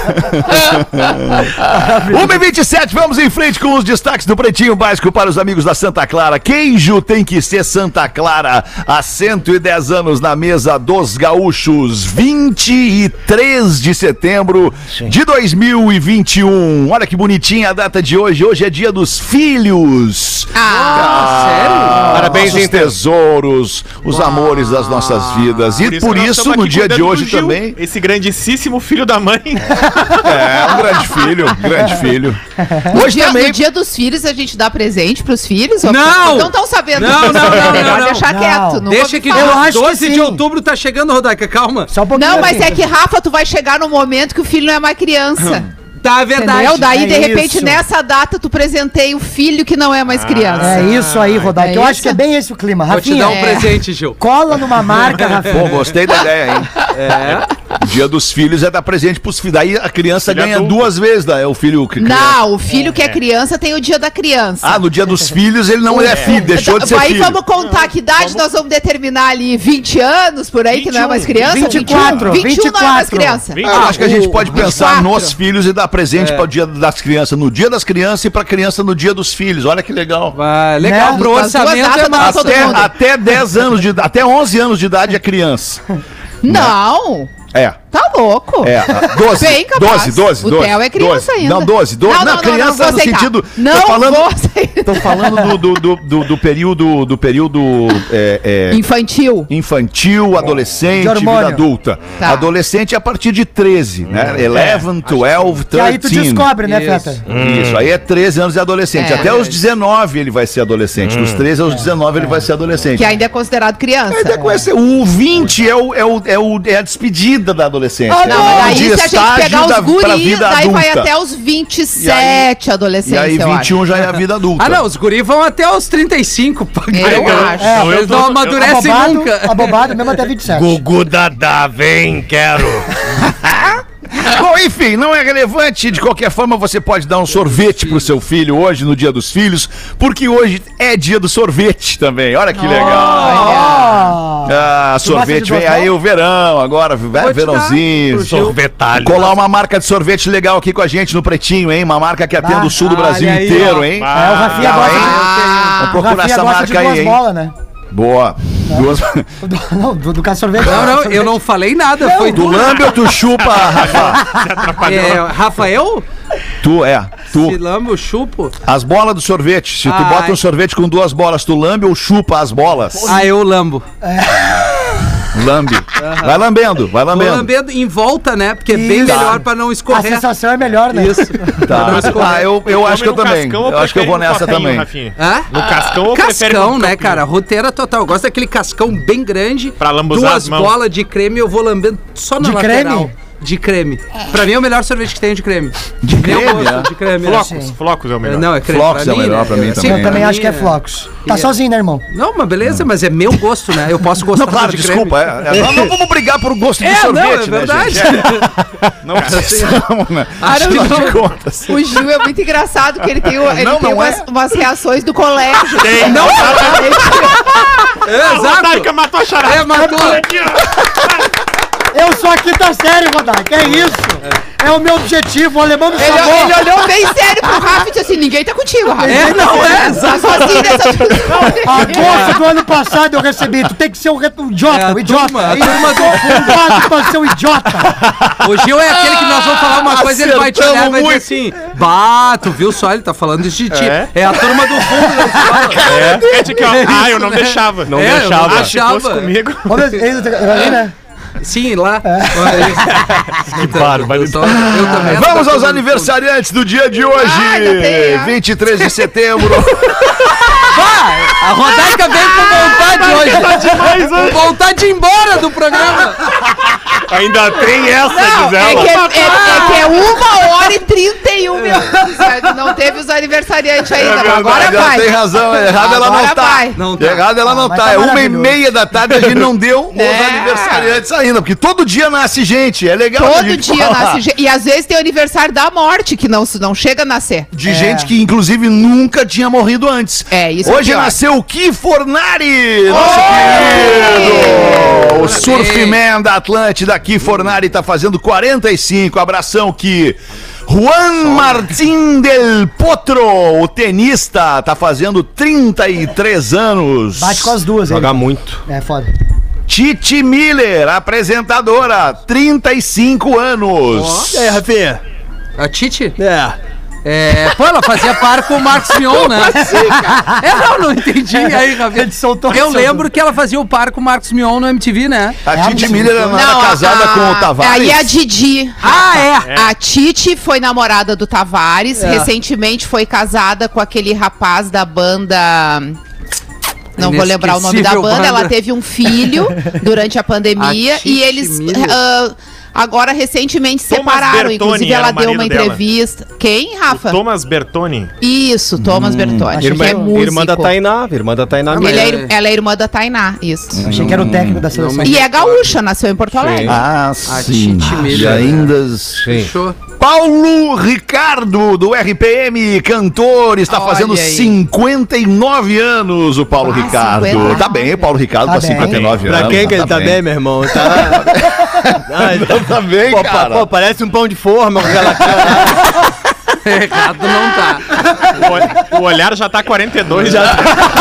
[SPEAKER 5] uma e vinte e sete, vamos em frente com os destaques do Pretinho Básico para os amigos da Santa Clara. Queijo tem que ser Santa Clara. Há cento e dez anos na mesa dos gaúchos. vinte e três de setembro de dois mil e vinte e um. Olha que bonitinha a data de hoje. Hoje é dia dos filhos.
[SPEAKER 8] Ah,
[SPEAKER 9] Parabéns,
[SPEAKER 5] nossos
[SPEAKER 9] Inter.
[SPEAKER 5] tesouros, os amores das nossas vidas. E por
[SPEAKER 6] nós
[SPEAKER 5] isso,
[SPEAKER 6] estamos
[SPEAKER 5] no
[SPEAKER 6] aqui
[SPEAKER 5] dia de
[SPEAKER 6] cuidando do
[SPEAKER 5] hoje
[SPEAKER 6] Gil,
[SPEAKER 5] também.
[SPEAKER 6] Esse grandíssimo filho da mãe.
[SPEAKER 5] É, um grande filho, um grande filho.
[SPEAKER 8] No
[SPEAKER 5] Hoje
[SPEAKER 8] dia,
[SPEAKER 5] também.
[SPEAKER 8] no dia dos filhos, a gente dá presente pros filhos? Ou-
[SPEAKER 4] Não!
[SPEAKER 8] Não estão sabendo.
[SPEAKER 4] Não,
[SPEAKER 8] disso.
[SPEAKER 4] não, não,
[SPEAKER 8] Melhor
[SPEAKER 4] não, não.
[SPEAKER 8] deixar
[SPEAKER 7] Não.
[SPEAKER 8] quieto. Não
[SPEAKER 4] Deixa
[SPEAKER 8] vamos
[SPEAKER 4] que
[SPEAKER 8] falar.
[SPEAKER 7] Eu acho que
[SPEAKER 4] doze de
[SPEAKER 7] sim.
[SPEAKER 4] outubro tá chegando, Rodaica, calma.
[SPEAKER 7] Só um pouquinho.
[SPEAKER 8] Não, mas
[SPEAKER 7] assim.
[SPEAKER 8] é que, Rafa, tu vai chegar no momento que o filho não é mais criança.
[SPEAKER 4] Tá, é verdade.
[SPEAKER 8] Entendeu? Daí,
[SPEAKER 7] É
[SPEAKER 8] de repente,
[SPEAKER 7] isso.
[SPEAKER 8] nessa data, tu presenteia o filho que não é mais criança.
[SPEAKER 7] É isso aí, Rodaica.
[SPEAKER 8] É
[SPEAKER 7] eu
[SPEAKER 8] isso?
[SPEAKER 7] acho que é bem esse o clima.
[SPEAKER 4] Vou te
[SPEAKER 7] Rafinha,
[SPEAKER 4] dar um
[SPEAKER 8] É.
[SPEAKER 4] presente, Gil.
[SPEAKER 7] cola numa marca, Rafinha.
[SPEAKER 5] Bom, gostei da ideia, hein? É. Dia dos filhos é dar presente pros filhos. Daí a criança
[SPEAKER 6] Filho
[SPEAKER 5] ganha
[SPEAKER 6] adulto.
[SPEAKER 5] duas vezes, né? O filho que criança.
[SPEAKER 8] Não, o filho que é criança tem o dia da criança.
[SPEAKER 5] Ah, no dia dos filhos ele não é filho, deixou de ser
[SPEAKER 8] Aí
[SPEAKER 5] filho.
[SPEAKER 8] vamos contar que idade nós vamos determinar ali, vinte anos por aí, que não é mais criança?
[SPEAKER 7] vinte e quatro,
[SPEAKER 8] vinte e um não é mais
[SPEAKER 7] vinte e quatro.
[SPEAKER 8] criança.
[SPEAKER 6] vinte.
[SPEAKER 5] Ah, eu acho que a gente pode pensar
[SPEAKER 8] vinte e quatro.
[SPEAKER 5] nos filhos e dar presente para o dia das crianças, no dia das crianças e para criança no dia dos filhos. Olha que legal.
[SPEAKER 4] Vai, legal,
[SPEAKER 7] Né?
[SPEAKER 4] pro
[SPEAKER 8] As duas
[SPEAKER 4] orçamento
[SPEAKER 8] datas
[SPEAKER 4] é
[SPEAKER 8] dá
[SPEAKER 4] massa.
[SPEAKER 8] todo
[SPEAKER 5] Até,
[SPEAKER 8] mundo.
[SPEAKER 5] até dez anos de até onze anos de idade é criança.
[SPEAKER 8] Não,
[SPEAKER 5] É.
[SPEAKER 8] tá louco.
[SPEAKER 5] É, doze,
[SPEAKER 8] Bem capaz.
[SPEAKER 5] doze, doze,
[SPEAKER 8] O
[SPEAKER 5] doze.
[SPEAKER 8] Theo é criança
[SPEAKER 5] doze.
[SPEAKER 8] ainda.
[SPEAKER 5] Não, doze, doze.
[SPEAKER 8] Não,
[SPEAKER 5] Não,
[SPEAKER 8] não, não,
[SPEAKER 5] criança
[SPEAKER 8] não vou
[SPEAKER 5] no
[SPEAKER 8] aceitar.
[SPEAKER 5] sentido.
[SPEAKER 8] Não
[SPEAKER 5] tô falando,
[SPEAKER 8] vou aceitar.
[SPEAKER 5] tô falando do, do, do, do período, do período é, é,
[SPEAKER 8] Infantil.
[SPEAKER 5] infantil, adolescente,
[SPEAKER 7] De hormônio.
[SPEAKER 5] vida adulta.
[SPEAKER 8] Tá.
[SPEAKER 5] Adolescente é a partir de treze, né? eleven, twelve,
[SPEAKER 7] Que aí tu
[SPEAKER 5] thirteen.
[SPEAKER 7] descobre, né,
[SPEAKER 4] Isso.
[SPEAKER 7] Feta?
[SPEAKER 5] Isso, aí é treze anos de adolescente.
[SPEAKER 8] É.
[SPEAKER 5] Até os dezenove ele vai ser adolescente. Dos treze aos dezenove ele vai ser adolescente.
[SPEAKER 8] Que ainda é considerado criança.
[SPEAKER 5] Ainda conhece- O vinte é, o, é, o, é, o, é a despedida da adolescência.
[SPEAKER 7] Ah,
[SPEAKER 5] É
[SPEAKER 8] Não,
[SPEAKER 5] o
[SPEAKER 8] mas
[SPEAKER 5] de
[SPEAKER 8] daí se a gente
[SPEAKER 5] estágio
[SPEAKER 8] pegar os
[SPEAKER 5] da- pra
[SPEAKER 8] guris,
[SPEAKER 5] vida
[SPEAKER 8] daí vai
[SPEAKER 5] adulta.
[SPEAKER 8] até os vinte e sete
[SPEAKER 5] E
[SPEAKER 8] adolescência,
[SPEAKER 5] aí
[SPEAKER 8] eu
[SPEAKER 5] vinte e um já é a vida adulta.
[SPEAKER 4] Ah, não, os guris vão até os trinta e cinco. pô.
[SPEAKER 8] acho. Eu acho.
[SPEAKER 7] É,
[SPEAKER 6] Então, eu
[SPEAKER 4] Eles
[SPEAKER 6] tô-
[SPEAKER 4] não
[SPEAKER 6] eu-
[SPEAKER 4] amadurecem
[SPEAKER 7] Abobado,
[SPEAKER 4] nunca.
[SPEAKER 7] abobado mesmo até vinte e sete.
[SPEAKER 10] Gugu Dadá, vem, quero.
[SPEAKER 5] Bom, enfim, não é relevante. De qualquer forma, você pode dar um sorvete pro seu filho hoje, no dia dos filhos, porque hoje é dia do sorvete também. Olha que legal. Ah,
[SPEAKER 7] Tu
[SPEAKER 5] sorvete,
[SPEAKER 7] gosta de
[SPEAKER 5] vem
[SPEAKER 7] duas
[SPEAKER 5] aí o verão agora, vai
[SPEAKER 4] Vou te
[SPEAKER 5] verãozinho.
[SPEAKER 4] dar pro Gil.
[SPEAKER 10] Sorvetalho.
[SPEAKER 5] Colar uma marca de sorvete legal aqui com a gente no Pretinho, hein? Uma marca que atende o sul do
[SPEAKER 4] olha
[SPEAKER 5] Brasil
[SPEAKER 4] aí,
[SPEAKER 5] inteiro,
[SPEAKER 4] ó.
[SPEAKER 5] hein?
[SPEAKER 7] É, o Rafinha
[SPEAKER 5] Legal,
[SPEAKER 7] gosta
[SPEAKER 5] hein?
[SPEAKER 7] de...
[SPEAKER 8] Ah,
[SPEAKER 5] Vamos
[SPEAKER 7] O
[SPEAKER 5] procurar
[SPEAKER 7] Rafinha
[SPEAKER 5] essa
[SPEAKER 7] gosta
[SPEAKER 5] marca
[SPEAKER 7] de duas
[SPEAKER 5] aí, hein?
[SPEAKER 7] bolas, né?
[SPEAKER 5] Boa. Duas...
[SPEAKER 7] Do- Não, do, do caso sorvete.
[SPEAKER 4] Não, não,
[SPEAKER 7] sorvete.
[SPEAKER 4] eu não falei nada. Foi
[SPEAKER 5] Do
[SPEAKER 4] tu.
[SPEAKER 5] lambe ou tu chupa, Rafa?
[SPEAKER 4] É, Rafael?
[SPEAKER 5] Tu, é. Tu.
[SPEAKER 4] Se lambe o chupo?
[SPEAKER 5] As bolas do sorvete. Se tu
[SPEAKER 4] Ai.
[SPEAKER 5] bota um sorvete com duas bolas, tu lambe ou chupa as bolas?
[SPEAKER 4] Ah, eu lambo.
[SPEAKER 5] Lambe. Vai lambendo, vai
[SPEAKER 4] Vou
[SPEAKER 5] lambendo.
[SPEAKER 4] lambendo em volta, né? Porque é bem
[SPEAKER 7] Isso.
[SPEAKER 4] melhor pra não
[SPEAKER 7] A
[SPEAKER 4] escorrer.
[SPEAKER 7] sensação é melhor, né?
[SPEAKER 4] Isso.
[SPEAKER 5] Tá.
[SPEAKER 4] Pra não escorrer.
[SPEAKER 5] Ah, eu, eu acho que eu
[SPEAKER 6] Come no
[SPEAKER 5] também.
[SPEAKER 6] cascão ou
[SPEAKER 5] Eu acho que eu vou
[SPEAKER 6] prefere no
[SPEAKER 5] nessa
[SPEAKER 6] copinho,
[SPEAKER 5] também.
[SPEAKER 6] Rafinha?
[SPEAKER 4] Hã?
[SPEAKER 6] No cascão ou prefere
[SPEAKER 4] Cascão,
[SPEAKER 6] no
[SPEAKER 4] né,
[SPEAKER 6] copinho?
[SPEAKER 4] cara? Roteira total. Eu gosto daquele cascão bem grande.
[SPEAKER 6] Pra lambuzar
[SPEAKER 4] Duas
[SPEAKER 6] as mãos.
[SPEAKER 4] bolas de creme eu vou lambendo só na
[SPEAKER 7] De
[SPEAKER 4] lateral.
[SPEAKER 7] creme?
[SPEAKER 4] de creme. Pra mim é o melhor sorvete que tem de creme.
[SPEAKER 5] De
[SPEAKER 4] Meu
[SPEAKER 5] creme,
[SPEAKER 4] gosto,
[SPEAKER 5] é?
[SPEAKER 4] de creme. é.
[SPEAKER 6] Flocos, Flocos é o melhor.
[SPEAKER 4] Não, é creme.
[SPEAKER 5] Flocos
[SPEAKER 4] pra
[SPEAKER 5] é o
[SPEAKER 4] mim,
[SPEAKER 5] melhor
[SPEAKER 4] né?
[SPEAKER 5] pra mim
[SPEAKER 4] Eu-
[SPEAKER 5] também.
[SPEAKER 7] Eu
[SPEAKER 4] pra
[SPEAKER 7] também
[SPEAKER 4] mim
[SPEAKER 7] acho que é
[SPEAKER 4] é-
[SPEAKER 7] flocos. Tá
[SPEAKER 4] E-
[SPEAKER 7] sozinho, né, irmão?
[SPEAKER 4] Não, mas beleza, mas é meu gosto, né? Eu posso gostar
[SPEAKER 5] Não, claro,
[SPEAKER 4] de
[SPEAKER 5] desculpa.
[SPEAKER 4] creme.
[SPEAKER 5] É, é, nós não vamos brigar por gosto de
[SPEAKER 4] É,
[SPEAKER 5] sorvete,
[SPEAKER 4] não, é
[SPEAKER 5] né,
[SPEAKER 4] verdade.
[SPEAKER 5] gente? É. Não precisamos, né?
[SPEAKER 8] Acho que
[SPEAKER 5] Afinal de
[SPEAKER 8] não.
[SPEAKER 5] contas.
[SPEAKER 8] O Gil é muito engraçado, que ele tem, o- ele
[SPEAKER 5] Não,
[SPEAKER 8] tem
[SPEAKER 5] não
[SPEAKER 8] umas,
[SPEAKER 5] é.
[SPEAKER 8] umas reações do colégio.
[SPEAKER 6] Tem.
[SPEAKER 8] Não,
[SPEAKER 4] É, exato.
[SPEAKER 6] matou a charada.
[SPEAKER 4] É, matou.
[SPEAKER 7] Eu sou a quinta série, Rodaica. É isso. É o meu objetivo. O alemão me
[SPEAKER 8] ele,
[SPEAKER 7] chamou.
[SPEAKER 8] ele olhou bem sério pro Rafa e disse assim: ninguém tá contigo, Rafa.
[SPEAKER 4] É, não, é,
[SPEAKER 8] Tá
[SPEAKER 4] exato.
[SPEAKER 8] sozinho nessa
[SPEAKER 7] Agosto do ano passado eu recebi. Tu tem que ser um re- um idiota,
[SPEAKER 4] É, a
[SPEAKER 7] um idiota.
[SPEAKER 4] turma- a
[SPEAKER 7] Eu
[SPEAKER 4] turma do
[SPEAKER 7] sou fundado pra ser um idiota.
[SPEAKER 4] O Gil é aquele que nós vamos falar uma coisa e ele vai te olhar e vai dizer
[SPEAKER 5] Acertamos
[SPEAKER 4] assim: Bah, tu viu só? Ele tá falando isso de ti.
[SPEAKER 6] É?
[SPEAKER 4] É, a turma do fundo da escola.
[SPEAKER 6] É, é de que, ó, ah, eu não deixava.
[SPEAKER 9] Não
[SPEAKER 4] É, eu
[SPEAKER 9] deixava.
[SPEAKER 4] não
[SPEAKER 6] Ah, se fosse
[SPEAKER 4] deixava.
[SPEAKER 6] comigo.
[SPEAKER 7] Vamos ver, ele- ali, né?
[SPEAKER 4] Sim, lá.
[SPEAKER 9] Que bárbaro.
[SPEAKER 4] Eu, tô- eu também.
[SPEAKER 5] Vamos aos aniversariantes do dia de hoje.
[SPEAKER 8] Ah, ainda tem, ah.
[SPEAKER 5] vinte e três de setembro.
[SPEAKER 4] A Rodaica veio com vontade hoje.
[SPEAKER 6] demais,
[SPEAKER 4] Com vontade de ir embora do programa.
[SPEAKER 9] Ainda tem essa,
[SPEAKER 8] Não,
[SPEAKER 9] diz
[SPEAKER 8] é
[SPEAKER 9] ela.
[SPEAKER 8] que é, é- é que é uma hora e trinta e um minutos. Sabe? Não teve os aniversariantes ainda, mas agora
[SPEAKER 5] ela
[SPEAKER 8] vai.
[SPEAKER 5] tem razão. Errado ela não
[SPEAKER 8] Agora
[SPEAKER 5] tá.
[SPEAKER 8] vai.
[SPEAKER 4] Não tá.
[SPEAKER 5] Errado ela não
[SPEAKER 7] mas
[SPEAKER 5] tá.
[SPEAKER 7] tá
[SPEAKER 5] É uma e
[SPEAKER 7] maravilhoso.
[SPEAKER 5] meia da tarde a gente não deu os
[SPEAKER 8] É.
[SPEAKER 5] aniversariantes ainda. Porque todo dia nasce gente. É legal a
[SPEAKER 8] Todo
[SPEAKER 5] gente
[SPEAKER 8] dia
[SPEAKER 5] falar.
[SPEAKER 8] nasce gente. E às vezes tem o aniversário da morte, que não, não chega a nascer.
[SPEAKER 5] De gente que, inclusive, nunca tinha morrido antes.
[SPEAKER 8] É, isso é
[SPEAKER 5] Hoje
[SPEAKER 8] pior.
[SPEAKER 5] nasceu o Ki Fornari, nosso querido. O Surfman da Atlântida, Ki Fornari, tá fazendo quarenta e cinco. Abração, Ki. Juan Martín del Potro, o tenista, tá fazendo trinta e três anos.
[SPEAKER 7] Bate com as duas aí.
[SPEAKER 9] Jogar muito.
[SPEAKER 7] É foda.
[SPEAKER 5] Titi Miller, apresentadora, trinta e cinco anos.
[SPEAKER 9] E aí, Rafinha?
[SPEAKER 4] A Titi?
[SPEAKER 9] É.
[SPEAKER 4] É, pô, ela fazia par com o Marcos Mion, né? É, não, não entendi. E aí, Rafinha?
[SPEAKER 7] Ele soltou,
[SPEAKER 4] Eu
[SPEAKER 7] soltou.
[SPEAKER 4] lembro que ela fazia o par com o Marcos Mion no M T V, né?
[SPEAKER 5] A Titi Miller ela era
[SPEAKER 8] Não,
[SPEAKER 5] casada
[SPEAKER 8] a-
[SPEAKER 5] com o Tavares.
[SPEAKER 8] Aí é a Didi.
[SPEAKER 4] Ah, é?
[SPEAKER 8] A Titi foi namorada do Tavares.
[SPEAKER 4] É.
[SPEAKER 8] Recentemente foi casada com aquele rapaz da banda. Não vou lembrar o nome da
[SPEAKER 4] Inesquecível
[SPEAKER 8] banda.
[SPEAKER 4] banda.
[SPEAKER 8] Ela teve um filho durante a pandemia
[SPEAKER 4] A Titi
[SPEAKER 8] e eles
[SPEAKER 4] Miller.
[SPEAKER 8] ah, agora recentemente se
[SPEAKER 6] Thomas
[SPEAKER 8] separaram.
[SPEAKER 6] Bertoni
[SPEAKER 8] Inclusive
[SPEAKER 6] era
[SPEAKER 8] ela
[SPEAKER 6] o
[SPEAKER 8] deu uma
[SPEAKER 6] marido dela.
[SPEAKER 8] entrevista. Quem, Rafa?
[SPEAKER 6] Thomas Bertoni.
[SPEAKER 8] Isso, Thomas Bertoni.
[SPEAKER 7] achei
[SPEAKER 8] Que
[SPEAKER 7] que
[SPEAKER 8] é
[SPEAKER 7] era
[SPEAKER 8] músico.
[SPEAKER 9] Irmã da Tainá. Irmã da Tainá.
[SPEAKER 4] Ah,
[SPEAKER 8] Ele é
[SPEAKER 4] mas-
[SPEAKER 8] ir- ela é irmã da Tainá, isso.
[SPEAKER 7] Achei que era o técnico da seleção.
[SPEAKER 8] E é gaúcha, nasceu em Porto Alegre.
[SPEAKER 5] Ah, sim.
[SPEAKER 4] Titi Miller.
[SPEAKER 5] E ainda...
[SPEAKER 4] Fechou.
[SPEAKER 5] Paulo Ricardo, do R P M, cantor, está
[SPEAKER 8] Olha
[SPEAKER 5] fazendo
[SPEAKER 8] aí.
[SPEAKER 5] cinquenta e nove anos, o Paulo
[SPEAKER 8] Ah,
[SPEAKER 5] Ricardo.
[SPEAKER 8] cinquenta e nove.
[SPEAKER 5] Tá bem, Paulo Ricardo,
[SPEAKER 7] Tá
[SPEAKER 5] com
[SPEAKER 7] bem.
[SPEAKER 5] cinquenta e nove anos.
[SPEAKER 9] Pra quem que ele tá bem, meu irmão? Tá. Ah, ele tá-
[SPEAKER 5] Tá bem,
[SPEAKER 9] Pô,
[SPEAKER 5] cara.
[SPEAKER 9] pô, parece um pão de forma com aquela cara.
[SPEAKER 4] Errado não tá.
[SPEAKER 6] O, ol- o olhar já tá quarenta e dois. Já.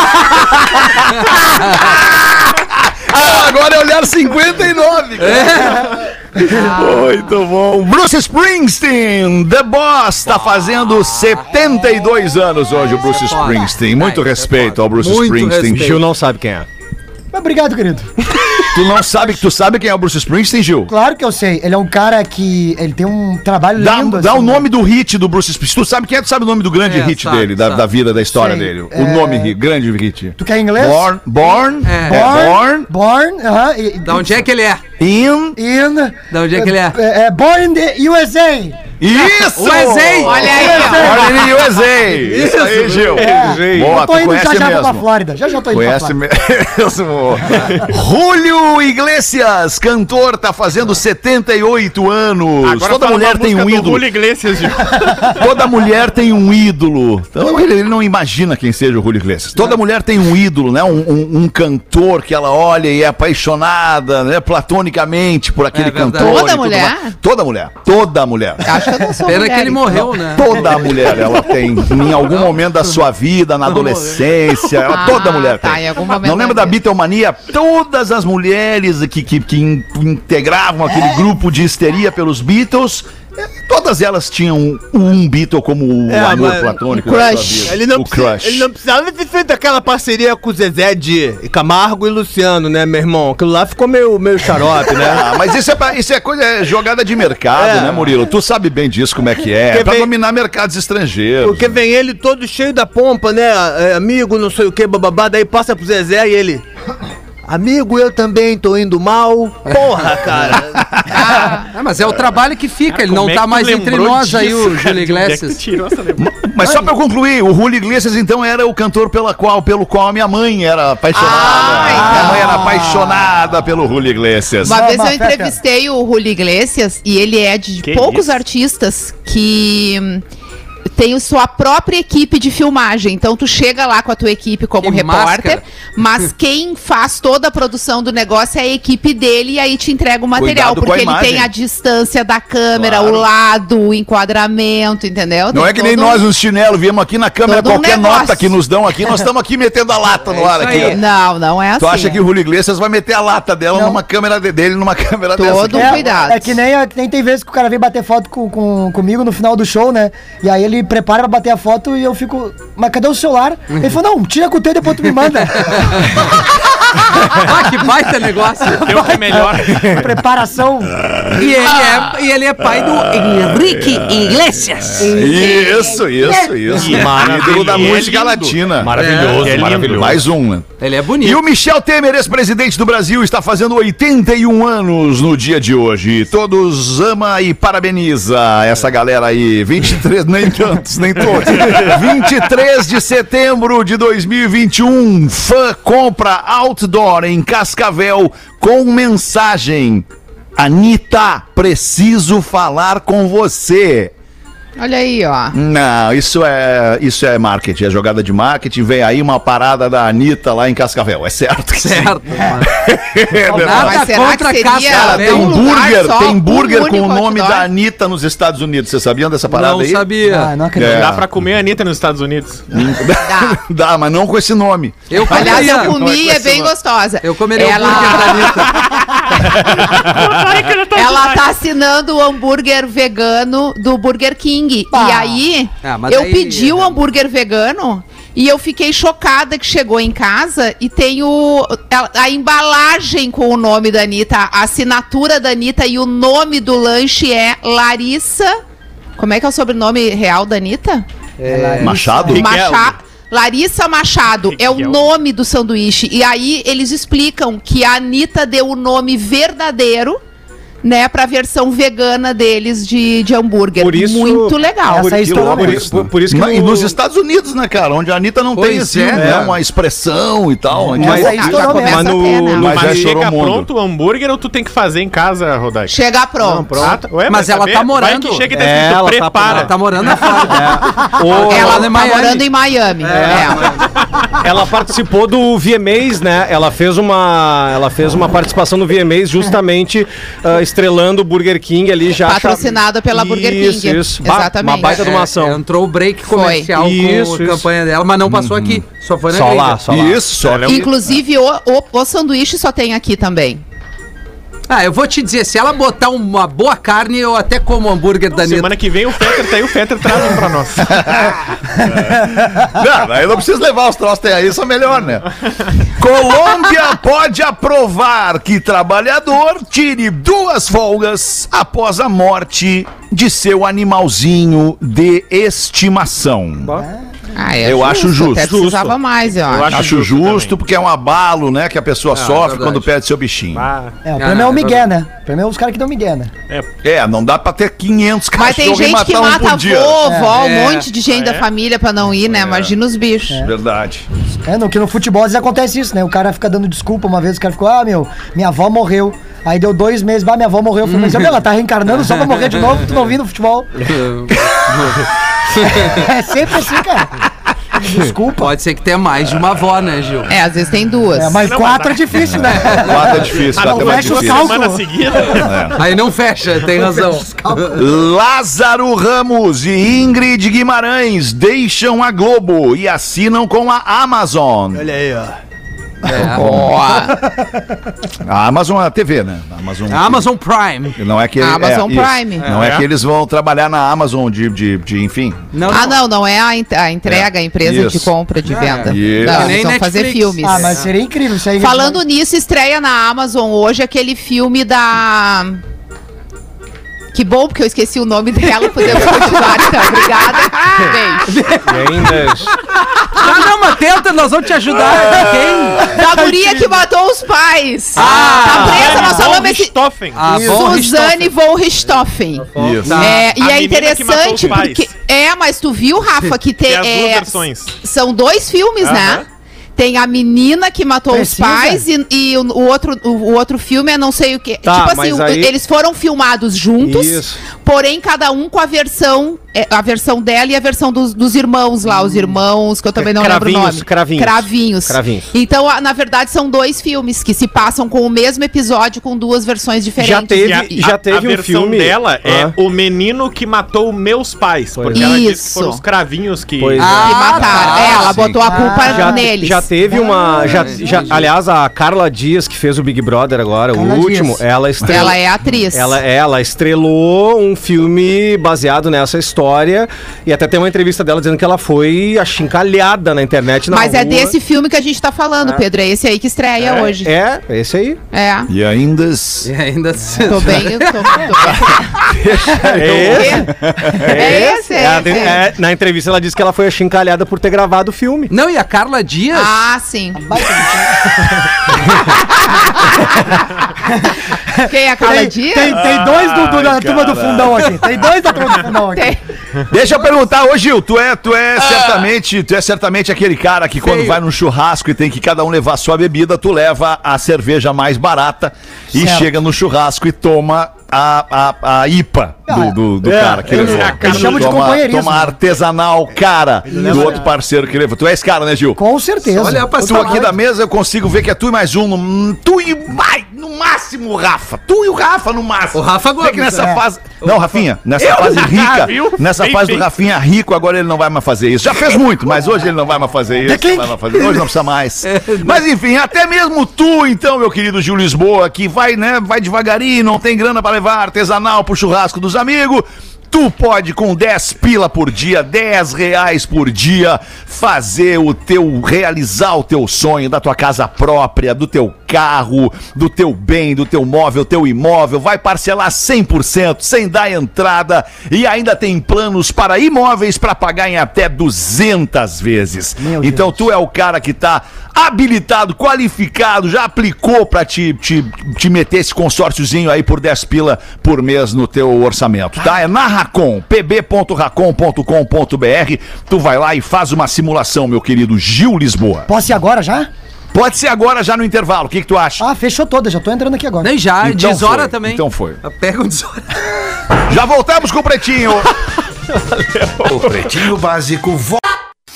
[SPEAKER 5] Ah, agora é olhar cinquenta e nove, cara. Muito bom. Bruce Springsteen, The Boss, tá fazendo setenta e dois anos hoje, o Bruce Springsteen. Muito respeito ao Bruce
[SPEAKER 4] Muito
[SPEAKER 5] Springsteen.
[SPEAKER 4] respeito.
[SPEAKER 9] Gil não sabe quem é.
[SPEAKER 7] Mas obrigado, querido.
[SPEAKER 5] Tu não sabe, tu sabe quem é o Bruce Springsteen, Gil?
[SPEAKER 7] Claro que eu sei. Ele é um cara que... Ele tem um trabalho
[SPEAKER 5] Dá,
[SPEAKER 7] lindo.
[SPEAKER 5] dá
[SPEAKER 7] assim,
[SPEAKER 5] o
[SPEAKER 7] né?
[SPEAKER 5] nome do hit do Bruce Springsteen. Tu sabe quem é? Tu sabe o nome do grande
[SPEAKER 4] É,
[SPEAKER 5] hit
[SPEAKER 4] sabe,
[SPEAKER 5] dele, da,
[SPEAKER 4] sabe.
[SPEAKER 5] da vida, da história
[SPEAKER 7] Sei.
[SPEAKER 5] dele. O
[SPEAKER 7] É.
[SPEAKER 5] nome, hit, grande hit.
[SPEAKER 7] Tu quer inglês?
[SPEAKER 5] Born, Born,
[SPEAKER 4] É.
[SPEAKER 5] é, Born
[SPEAKER 7] Born, aham. e-
[SPEAKER 4] Da onde é que ele é?
[SPEAKER 5] in...
[SPEAKER 7] In...
[SPEAKER 4] Da onde é que ele é?
[SPEAKER 7] É, é Born in the U S A.
[SPEAKER 5] Isso!
[SPEAKER 4] U S A!
[SPEAKER 8] Olha aí, ó.
[SPEAKER 5] Born in U S A! Isso aí, Gil.
[SPEAKER 7] É.
[SPEAKER 5] Boa,
[SPEAKER 7] Eu tô
[SPEAKER 5] tu
[SPEAKER 7] indo já
[SPEAKER 5] conhece
[SPEAKER 7] já pra
[SPEAKER 5] mesmo.
[SPEAKER 7] Flórida. Já já tô indo
[SPEAKER 5] Conhece
[SPEAKER 7] pra Flórida.
[SPEAKER 5] mesmo. Julio Iglesias, cantor, tá fazendo setenta e oito anos.
[SPEAKER 6] Agora
[SPEAKER 5] Toda
[SPEAKER 6] fala
[SPEAKER 5] mulher
[SPEAKER 6] uma
[SPEAKER 5] tem
[SPEAKER 6] música
[SPEAKER 5] um
[SPEAKER 6] do
[SPEAKER 5] ídolo.
[SPEAKER 6] Julio Iglesias, Gil.
[SPEAKER 5] Toda mulher tem um ídolo. Então ele, ele não imagina quem seja o Julio Iglesias. Toda mulher tem um ídolo, né? Um, um- um cantor que ela olha e é apaixonada, né? Platonicamente por aquele
[SPEAKER 4] É verdade.
[SPEAKER 5] cantor.
[SPEAKER 8] Toda
[SPEAKER 5] e tudo
[SPEAKER 8] mulher?
[SPEAKER 5] mais. Toda mulher. Toda mulher.
[SPEAKER 8] Acho que eu não sou
[SPEAKER 4] Pena
[SPEAKER 8] mulher,
[SPEAKER 4] que ele
[SPEAKER 8] então.
[SPEAKER 4] morreu, né?
[SPEAKER 5] Toda mulher ela tem, em algum momento da sua vida, na adolescência, ela-
[SPEAKER 8] Ah,
[SPEAKER 5] toda mulher
[SPEAKER 8] tá,
[SPEAKER 5] tem.
[SPEAKER 8] em algum momento
[SPEAKER 5] Não lembra
[SPEAKER 8] da
[SPEAKER 5] da
[SPEAKER 8] vida.
[SPEAKER 5] Beatlemania? Todas as mulheres que, que, que in- integravam aquele grupo de histeria pelos Beatles, eh, todas elas tinham um, um Beatle como o
[SPEAKER 9] É,
[SPEAKER 5] amor
[SPEAKER 9] mas-
[SPEAKER 5] platônico
[SPEAKER 8] o
[SPEAKER 5] da sua
[SPEAKER 8] crush.
[SPEAKER 5] vida.
[SPEAKER 9] Ele não,
[SPEAKER 5] o
[SPEAKER 9] precisa,
[SPEAKER 5] crush.
[SPEAKER 9] ele não precisava ter feito aquela parceria com o Zezé de Camargo e Luciano, né, meu irmão? Aquilo lá ficou meio, meio xarope, né?
[SPEAKER 5] Ah, mas isso é, pra- isso é coisa, é jogada de mercado,
[SPEAKER 9] É.
[SPEAKER 5] né, Murilo? Tu sabe bem disso, como é que é.
[SPEAKER 9] Porque
[SPEAKER 5] É pra
[SPEAKER 9] vem-
[SPEAKER 5] dominar mercados estrangeiros.
[SPEAKER 9] Porque vem ele todo cheio da pompa, né? É, amigo, não sei o que, bababá, daí passa pro Zezé e ele.
[SPEAKER 10] amigo, eu também tô indo mal. Porra, cara.
[SPEAKER 4] Ah, mas é o trabalho que fica, ele não
[SPEAKER 6] é
[SPEAKER 4] tá
[SPEAKER 6] que
[SPEAKER 4] mais
[SPEAKER 6] tu
[SPEAKER 4] entre
[SPEAKER 6] lembrou
[SPEAKER 4] nós aí,
[SPEAKER 6] disso,
[SPEAKER 4] o
[SPEAKER 6] cara?
[SPEAKER 4] Júlio
[SPEAKER 6] De onde é que tu
[SPEAKER 4] Iglesias.
[SPEAKER 6] tirou essa lembrança?
[SPEAKER 5] Mas só pra eu concluir, o Julio Iglesias então era o cantor pela qual, pelo qual a minha mãe era apaixonada.
[SPEAKER 8] Ah, então.
[SPEAKER 5] Minha mãe era apaixonada pelo Julio Iglesias.
[SPEAKER 8] Uma
[SPEAKER 7] Não,
[SPEAKER 8] vez eu
[SPEAKER 7] mas, Fetter.
[SPEAKER 8] entrevistei o Julio Iglesias e ele é de
[SPEAKER 6] Que
[SPEAKER 8] poucos
[SPEAKER 6] isso?
[SPEAKER 8] artistas que hum, tem sua própria equipe de filmagem. Então tu chega lá com a tua equipe como
[SPEAKER 4] Que
[SPEAKER 8] repórter,
[SPEAKER 4] máscara.
[SPEAKER 8] mas quem faz toda a produção do negócio é a equipe dele e aí te entrega o material,
[SPEAKER 5] Cuidado com a
[SPEAKER 8] porque ele
[SPEAKER 5] imagem.
[SPEAKER 8] tem a distância da câmera,
[SPEAKER 5] Claro.
[SPEAKER 8] o lado, o enquadramento, entendeu?
[SPEAKER 5] Não
[SPEAKER 8] Tem
[SPEAKER 5] é que nem
[SPEAKER 8] todo
[SPEAKER 5] nós,
[SPEAKER 8] um-
[SPEAKER 5] os chinelos, viemos aqui na câmera,
[SPEAKER 8] todo um
[SPEAKER 5] qualquer
[SPEAKER 8] negócio.
[SPEAKER 5] nota que nos dão aqui, nós estamos aqui metendo a lata no
[SPEAKER 4] É
[SPEAKER 5] ar
[SPEAKER 4] isso
[SPEAKER 5] aqui.
[SPEAKER 4] aí.
[SPEAKER 5] ó.
[SPEAKER 8] Não, não é assim.
[SPEAKER 5] Tu acha que o Julio Iglesias vai meter a lata dela
[SPEAKER 7] Não.
[SPEAKER 5] numa câmera de- dele, numa câmera dessa
[SPEAKER 8] Todo
[SPEAKER 5] aqui?
[SPEAKER 7] É,
[SPEAKER 8] cuidado.
[SPEAKER 7] é que nem, é que nem tem vezes que o cara vem bater foto com, com- comigo no final do show, né? E aí ele prepara pra bater a foto e eu fico, mas cadê o celular? Ele falou, não, tira com o teu e depois tu me manda.
[SPEAKER 4] Ah, que baita negócio.
[SPEAKER 6] Teu que é melhor.
[SPEAKER 7] Preparação.
[SPEAKER 4] E ele é, e ele é pai do Henrique Iglesias.
[SPEAKER 5] Isso, isso, isso.
[SPEAKER 6] Maravilhoso.
[SPEAKER 5] Ídolo da
[SPEAKER 6] E é
[SPEAKER 5] música
[SPEAKER 6] lindo.
[SPEAKER 5] latina.
[SPEAKER 9] Maravilhoso,
[SPEAKER 6] É, é lindo.
[SPEAKER 9] maravilhoso.
[SPEAKER 5] Mais um, né?
[SPEAKER 4] Ele é
[SPEAKER 5] E
[SPEAKER 4] bonito.
[SPEAKER 5] o Michel Temer, ex-presidente do Brasil, está fazendo oitenta e um anos no dia de hoje. Todos ama e parabeniza essa galera aí. vinte e três, nem tantos, nem todos. vinte e três de setembro de dois mil e vinte e um, fã compra outdoor em Cascavel com mensagem: Anitta, preciso falar com você.
[SPEAKER 8] Olha aí, ó.
[SPEAKER 5] Não, isso é, isso é marketing, é jogada de marketing. Vem aí uma parada da Anitta lá em Cascavel, é certo que sim.
[SPEAKER 4] Certo.
[SPEAKER 5] É verdade.
[SPEAKER 4] Nada
[SPEAKER 8] Mas será
[SPEAKER 4] contra
[SPEAKER 8] que seria-
[SPEAKER 4] Cascavel.
[SPEAKER 5] Cara, tem
[SPEAKER 8] um lugar
[SPEAKER 5] burger,
[SPEAKER 8] só,
[SPEAKER 5] tem
[SPEAKER 8] um
[SPEAKER 5] burger com o
[SPEAKER 8] único
[SPEAKER 5] nome
[SPEAKER 8] outdoor?
[SPEAKER 5] da Anitta nos Estados Unidos. Vocês sabiam dessa parada
[SPEAKER 4] Não
[SPEAKER 5] aí?
[SPEAKER 4] sabia.
[SPEAKER 7] Ah, não acredito.
[SPEAKER 5] É.
[SPEAKER 6] Dá pra comer a Anitta nos Estados Unidos.
[SPEAKER 8] Dá.
[SPEAKER 5] Dá, mas não com esse nome.
[SPEAKER 4] Eu
[SPEAKER 8] Aliás,
[SPEAKER 4] comeria.
[SPEAKER 8] eu comi e é
[SPEAKER 5] esse
[SPEAKER 8] bem
[SPEAKER 5] nome.
[SPEAKER 8] gostosa.
[SPEAKER 4] Eu comeria o
[SPEAKER 8] Ela-
[SPEAKER 4] hambúrguer da Anitta.
[SPEAKER 8] Ela tá assinando o hambúrguer vegano do Burger King.
[SPEAKER 7] Ah.
[SPEAKER 8] E aí,
[SPEAKER 4] Ah, mas
[SPEAKER 8] eu
[SPEAKER 4] daí-
[SPEAKER 8] pedi o hambúrguer vegano e eu fiquei chocada que chegou em casa e tem o, a, a embalagem com o nome da Anitta, a assinatura da Anitta e o nome do lanche é Larissa. Como é que é o sobrenome real da Anitta?
[SPEAKER 7] É,
[SPEAKER 5] Machado?
[SPEAKER 6] Que que é
[SPEAKER 8] Macha- Larissa Machado
[SPEAKER 6] Que que
[SPEAKER 8] é o
[SPEAKER 6] é o-
[SPEAKER 8] nome do sanduíche. E aí eles explicam que a Anitta deu o nome verdadeiro, né, pra versão vegana deles de, de hambúrguer.
[SPEAKER 9] Por isso-
[SPEAKER 8] Muito legal.
[SPEAKER 7] Essa é a história
[SPEAKER 9] Por
[SPEAKER 7] mesmo.
[SPEAKER 9] isso, por, por isso que
[SPEAKER 5] Na- E
[SPEAKER 9] o-
[SPEAKER 5] nos Estados Unidos, né, cara? Onde a Anitta não
[SPEAKER 4] Pois
[SPEAKER 5] tem assim,
[SPEAKER 4] é.
[SPEAKER 5] né, uma expressão e tal. Onde
[SPEAKER 7] Mas
[SPEAKER 5] é-
[SPEAKER 7] aí
[SPEAKER 8] Ah, já
[SPEAKER 7] estourou
[SPEAKER 8] começa
[SPEAKER 7] mesmo.
[SPEAKER 8] a
[SPEAKER 9] Mas
[SPEAKER 8] ter,
[SPEAKER 9] no-
[SPEAKER 8] né?
[SPEAKER 5] Mas
[SPEAKER 6] Mas
[SPEAKER 5] já estourou
[SPEAKER 6] chega
[SPEAKER 5] o mundo.
[SPEAKER 6] pronto o hambúrguer ou tu tem que fazer em casa, Rodaica?
[SPEAKER 8] Chegar pronto.
[SPEAKER 6] Ah, tá. Ué,
[SPEAKER 4] Mas ela
[SPEAKER 6] saber?
[SPEAKER 4] tá morando.
[SPEAKER 6] Vai que chega e tá
[SPEAKER 9] É,
[SPEAKER 6] escrito
[SPEAKER 9] ela tá-
[SPEAKER 6] prepara.
[SPEAKER 4] Ela tá morando na Flórida.
[SPEAKER 9] o-
[SPEAKER 8] Ela
[SPEAKER 4] Ela
[SPEAKER 8] tá
[SPEAKER 4] em Miami.
[SPEAKER 8] morando em Miami. É.
[SPEAKER 9] ela participou do V M As, né? Ela fez uma, ela fez uma participação no V M As justamente ah, estrelando o Burger King ali já.
[SPEAKER 8] Patrocinada pela Burger King.
[SPEAKER 9] Isso, isso. Ba-
[SPEAKER 8] Exatamente.
[SPEAKER 9] Uma baita de uma ação.
[SPEAKER 4] É, entrou o break
[SPEAKER 8] Foi.
[SPEAKER 4] comercial com
[SPEAKER 9] Isso,
[SPEAKER 4] a
[SPEAKER 9] isso.
[SPEAKER 4] campanha dela, mas não passou aqui. Só foi na
[SPEAKER 9] Só
[SPEAKER 4] gringa.
[SPEAKER 9] lá, só lá.
[SPEAKER 5] Isso, só.
[SPEAKER 6] Ela é um-
[SPEAKER 8] Inclusive, o, o, o sanduíche só tem aqui também.
[SPEAKER 4] Ah, eu vou te dizer, se ela botar uma boa carne, eu até como o hambúrguer da Anitta.
[SPEAKER 6] Semana que vem o Fetter tá aí, o Fetter traz um pra nós.
[SPEAKER 5] Não, aí não precisa levar os troços até aí, isso é melhor, né? Colômbia pode aprovar que trabalhador tire duas folgas após a morte de seu animalzinho de estimação.
[SPEAKER 8] Ah, é
[SPEAKER 5] Eu acho justo.
[SPEAKER 8] Até precisava mais, eu acho.
[SPEAKER 6] Eu acho
[SPEAKER 5] Acho
[SPEAKER 6] justo
[SPEAKER 5] justo,
[SPEAKER 6] também.
[SPEAKER 5] porque é um abalo, né, que a pessoa sofre
[SPEAKER 4] verdade.
[SPEAKER 5] quando perde seu bichinho.
[SPEAKER 6] Ah,
[SPEAKER 7] É, o
[SPEAKER 4] Ah,
[SPEAKER 7] prêmio é o
[SPEAKER 4] é
[SPEAKER 7] Miguel, né? O prêmio é os caras que dão Miguel, né?
[SPEAKER 5] É, não dá pra ter quinhentos
[SPEAKER 8] Mas tem
[SPEAKER 5] cachorros e
[SPEAKER 8] gente que
[SPEAKER 5] matar um
[SPEAKER 8] mata
[SPEAKER 5] por dia.
[SPEAKER 8] avô, vó, um
[SPEAKER 4] É.
[SPEAKER 8] monte de gente da família pra não ir, né? Imagina os bichos.
[SPEAKER 5] Verdade.
[SPEAKER 7] É, no que no futebol às vezes acontece isso, né? O cara fica dando desculpa. Uma vez o cara ficou, ah, meu, minha avó morreu. Aí deu dois meses, bah, minha avó morreu. Eu falei, mas ela tá reencarnando só pra morrer de novo, tu não viu no futebol. É sempre assim, cara. Desculpa.
[SPEAKER 4] Pode ser que tenha mais de uma avó, né, Gil?
[SPEAKER 8] É, às vezes tem duas.
[SPEAKER 7] É, mas quatro é difícil, né?
[SPEAKER 5] Quatro é difícil,
[SPEAKER 6] ah, não,
[SPEAKER 5] quatro é mais
[SPEAKER 7] fecha os
[SPEAKER 5] difícil.
[SPEAKER 7] cálculos.
[SPEAKER 6] semana seguida.
[SPEAKER 4] Aí não fecha, tem razão.
[SPEAKER 5] Lázaro Ramos e Ingrid Guimarães deixam a Globo e assinam com a Amazon.
[SPEAKER 10] Olha aí, ó.
[SPEAKER 5] A Amazon é a T V, né? A Amazon,
[SPEAKER 4] Amazon Prime.
[SPEAKER 5] Não é que
[SPEAKER 8] A Amazon
[SPEAKER 5] é, isso.
[SPEAKER 8] Prime.
[SPEAKER 5] Não é.
[SPEAKER 6] É.
[SPEAKER 5] que eles vão trabalhar na Amazon de, de, de enfim.
[SPEAKER 4] Não,
[SPEAKER 8] Ah, não, não é a, en- a entrega, a empresa
[SPEAKER 5] Isso.
[SPEAKER 8] de compra, de venda.
[SPEAKER 5] Isso.
[SPEAKER 8] Não,
[SPEAKER 4] Que nem
[SPEAKER 8] eles vão fazer
[SPEAKER 4] Netflix.
[SPEAKER 8] filmes.
[SPEAKER 7] Ah, mas seria incrível isso aí.
[SPEAKER 8] Falando nisso, estreia na Amazon hoje aquele filme da... Que bom, porque eu esqueci o nome dela. Podemos continuar, então. Obrigada. Beijo.
[SPEAKER 9] E ainda...
[SPEAKER 4] Ah, não, mas tenta, nós vamos te ajudar. Quem?
[SPEAKER 8] Da guria que matou os pais.
[SPEAKER 4] Ah,
[SPEAKER 8] tá presa, nós
[SPEAKER 6] Von
[SPEAKER 8] falamos esse...
[SPEAKER 6] Richthofen.
[SPEAKER 4] Ah, von
[SPEAKER 8] Suzane von Richthofen.
[SPEAKER 5] Isso.
[SPEAKER 8] É, e
[SPEAKER 6] A
[SPEAKER 8] é
[SPEAKER 6] menina que matou
[SPEAKER 8] interessante
[SPEAKER 6] os pais.
[SPEAKER 8] porque... É, mas tu viu, Rafa, que tem...
[SPEAKER 6] Tem as duas
[SPEAKER 8] é,
[SPEAKER 6] versões.
[SPEAKER 8] São dois filmes,
[SPEAKER 6] Aham.
[SPEAKER 8] né? Tem a menina que matou
[SPEAKER 7] Precisa?
[SPEAKER 8] os pais e, e o, o outro, o, o outro filme é não sei o que.
[SPEAKER 9] Tá,
[SPEAKER 8] tipo assim,
[SPEAKER 9] mas
[SPEAKER 8] o-
[SPEAKER 9] aí-
[SPEAKER 8] eles foram filmados juntos,
[SPEAKER 9] Isso.
[SPEAKER 8] porém cada um com a versão, é, a versão dela e a versão dos, dos irmãos lá, os irmãos, que eu também não lembro o
[SPEAKER 9] Cravinhos,
[SPEAKER 8] nome.
[SPEAKER 9] cravinhos.
[SPEAKER 8] Cravinhos.
[SPEAKER 9] Cravinhos.
[SPEAKER 8] Então, a- na verdade, são dois filmes que se passam com o mesmo episódio com duas versões diferentes.
[SPEAKER 9] Já teve,
[SPEAKER 6] E a,
[SPEAKER 9] já
[SPEAKER 6] a-
[SPEAKER 9] teve
[SPEAKER 6] a
[SPEAKER 9] um
[SPEAKER 6] versão
[SPEAKER 9] filme...
[SPEAKER 6] dela é
[SPEAKER 9] Ah.
[SPEAKER 6] o menino que matou meus pais.
[SPEAKER 9] Pois
[SPEAKER 6] Porque
[SPEAKER 8] é.
[SPEAKER 6] ela disse
[SPEAKER 8] Isso.
[SPEAKER 6] que foram os cravinhos que...
[SPEAKER 9] Pois é.
[SPEAKER 8] Que
[SPEAKER 4] Ah,
[SPEAKER 8] mataram.
[SPEAKER 4] tá,
[SPEAKER 8] é, ela
[SPEAKER 4] sim.
[SPEAKER 8] botou a culpa
[SPEAKER 9] Já,
[SPEAKER 8] neles.
[SPEAKER 9] já teve uma. Já,
[SPEAKER 4] entendi.
[SPEAKER 9] já, aliás, a Carla Dias, que fez o Big Brother agora,
[SPEAKER 7] Carla
[SPEAKER 9] o último,
[SPEAKER 7] Dias.
[SPEAKER 9] ela estrelou.
[SPEAKER 8] Ela é atriz.
[SPEAKER 9] Ela, ela estrelou um filme baseado nessa história. E até tem uma entrevista dela dizendo que ela foi achincalhada na internet. Na
[SPEAKER 8] Mas é
[SPEAKER 9] rua.
[SPEAKER 8] desse filme que a gente tá falando, Pedro. É esse aí que estreia
[SPEAKER 9] É,
[SPEAKER 8] hoje.
[SPEAKER 9] É, esse aí.
[SPEAKER 8] É.
[SPEAKER 5] E ainda...
[SPEAKER 4] E ainda se...
[SPEAKER 8] Tô bem, eu tô, tô bem.
[SPEAKER 9] É esse.
[SPEAKER 8] É esse, é
[SPEAKER 9] Ela
[SPEAKER 8] esse.
[SPEAKER 9] tem- é, na entrevista ela disse que ela foi achincalhada por ter gravado o filme.
[SPEAKER 4] Não, e a Carla Dias...
[SPEAKER 8] Ah, sim. Quem é a Carla
[SPEAKER 7] Tem,
[SPEAKER 8] Dias?
[SPEAKER 7] tem, tem dois do, do- da turma do fundão aqui. Tem dois da turma do fundão aqui.
[SPEAKER 8] Tem.
[SPEAKER 5] Deixa eu perguntar, ô Gil, tu é, tu é certamente, tu é certamente aquele cara que quando
[SPEAKER 4] Feio.
[SPEAKER 5] vai num churrasco e tem que cada um levar a sua bebida, tu leva a cerveja mais barata e
[SPEAKER 7] Certo.
[SPEAKER 5] chega no churrasco e toma a, a, a I P A do, do, do
[SPEAKER 9] É,
[SPEAKER 5] cara que
[SPEAKER 7] eu-
[SPEAKER 5] levou.
[SPEAKER 7] eu chamo de
[SPEAKER 5] Toma-
[SPEAKER 7] companheirismo.
[SPEAKER 5] Toma artesanal cara do outro parceiro que levou. Tu é esse cara, né, Gil?
[SPEAKER 7] Com certeza.
[SPEAKER 4] Olha pra
[SPEAKER 5] Tu aqui da mesa eu consigo ver que é tu e mais um. no- Tu e vai, no máximo o Rafa. Tu e o Rafa no máximo.
[SPEAKER 4] O Rafa
[SPEAKER 5] Vê que
[SPEAKER 4] Gomes,
[SPEAKER 5] nessa
[SPEAKER 7] é.
[SPEAKER 5] fase. Não, Rafinha, nessa fase rica.
[SPEAKER 6] viu?
[SPEAKER 5] Nessa
[SPEAKER 6] Bem
[SPEAKER 5] fase do
[SPEAKER 6] feito.
[SPEAKER 5] Rafinha rico, agora ele não vai mais fazer isso. Já fez muito, mas hoje ele não vai mais fazer isso. Não vai mais fazer. Hoje não precisa mais. Mas enfim, até mesmo tu, então, meu querido Gil Lisboa, que vai, né, vai devagarinho, não tem grana pra levar artesanal pro churrasco dos amigos. Tu pode, com dez pila por dia, dez reais por dia, fazer o teu, realizar o teu sonho da tua casa própria, do teu carro, do teu bem, do teu móvel, teu imóvel. Vai parcelar cem por cento, sem dar entrada, e ainda tem planos para imóveis para pagar em até duzentas vezes.
[SPEAKER 7] Meu
[SPEAKER 5] Então
[SPEAKER 7] Deus.
[SPEAKER 5] tu é o cara que tá habilitado, qualificado, já aplicou pra te, te, te meter esse consórciozinho aí por dez pila por mês no teu orçamento, tá? É na Racon, p b ponto racon ponto com ponto b r. Tu vai lá e faz uma simulação, meu querido Gil Lisboa.
[SPEAKER 7] Posso ir agora já?
[SPEAKER 5] Pode ser agora, já no intervalo. O que que tu acha?
[SPEAKER 7] Ah, fechou toda, já tô entrando aqui agora.
[SPEAKER 4] Nem já,
[SPEAKER 5] Então
[SPEAKER 4] desora
[SPEAKER 5] foi,
[SPEAKER 4] também.
[SPEAKER 5] então foi.
[SPEAKER 4] Pega um desora.
[SPEAKER 5] Já voltamos com o Pretinho.
[SPEAKER 2] O Pretinho Básico volta.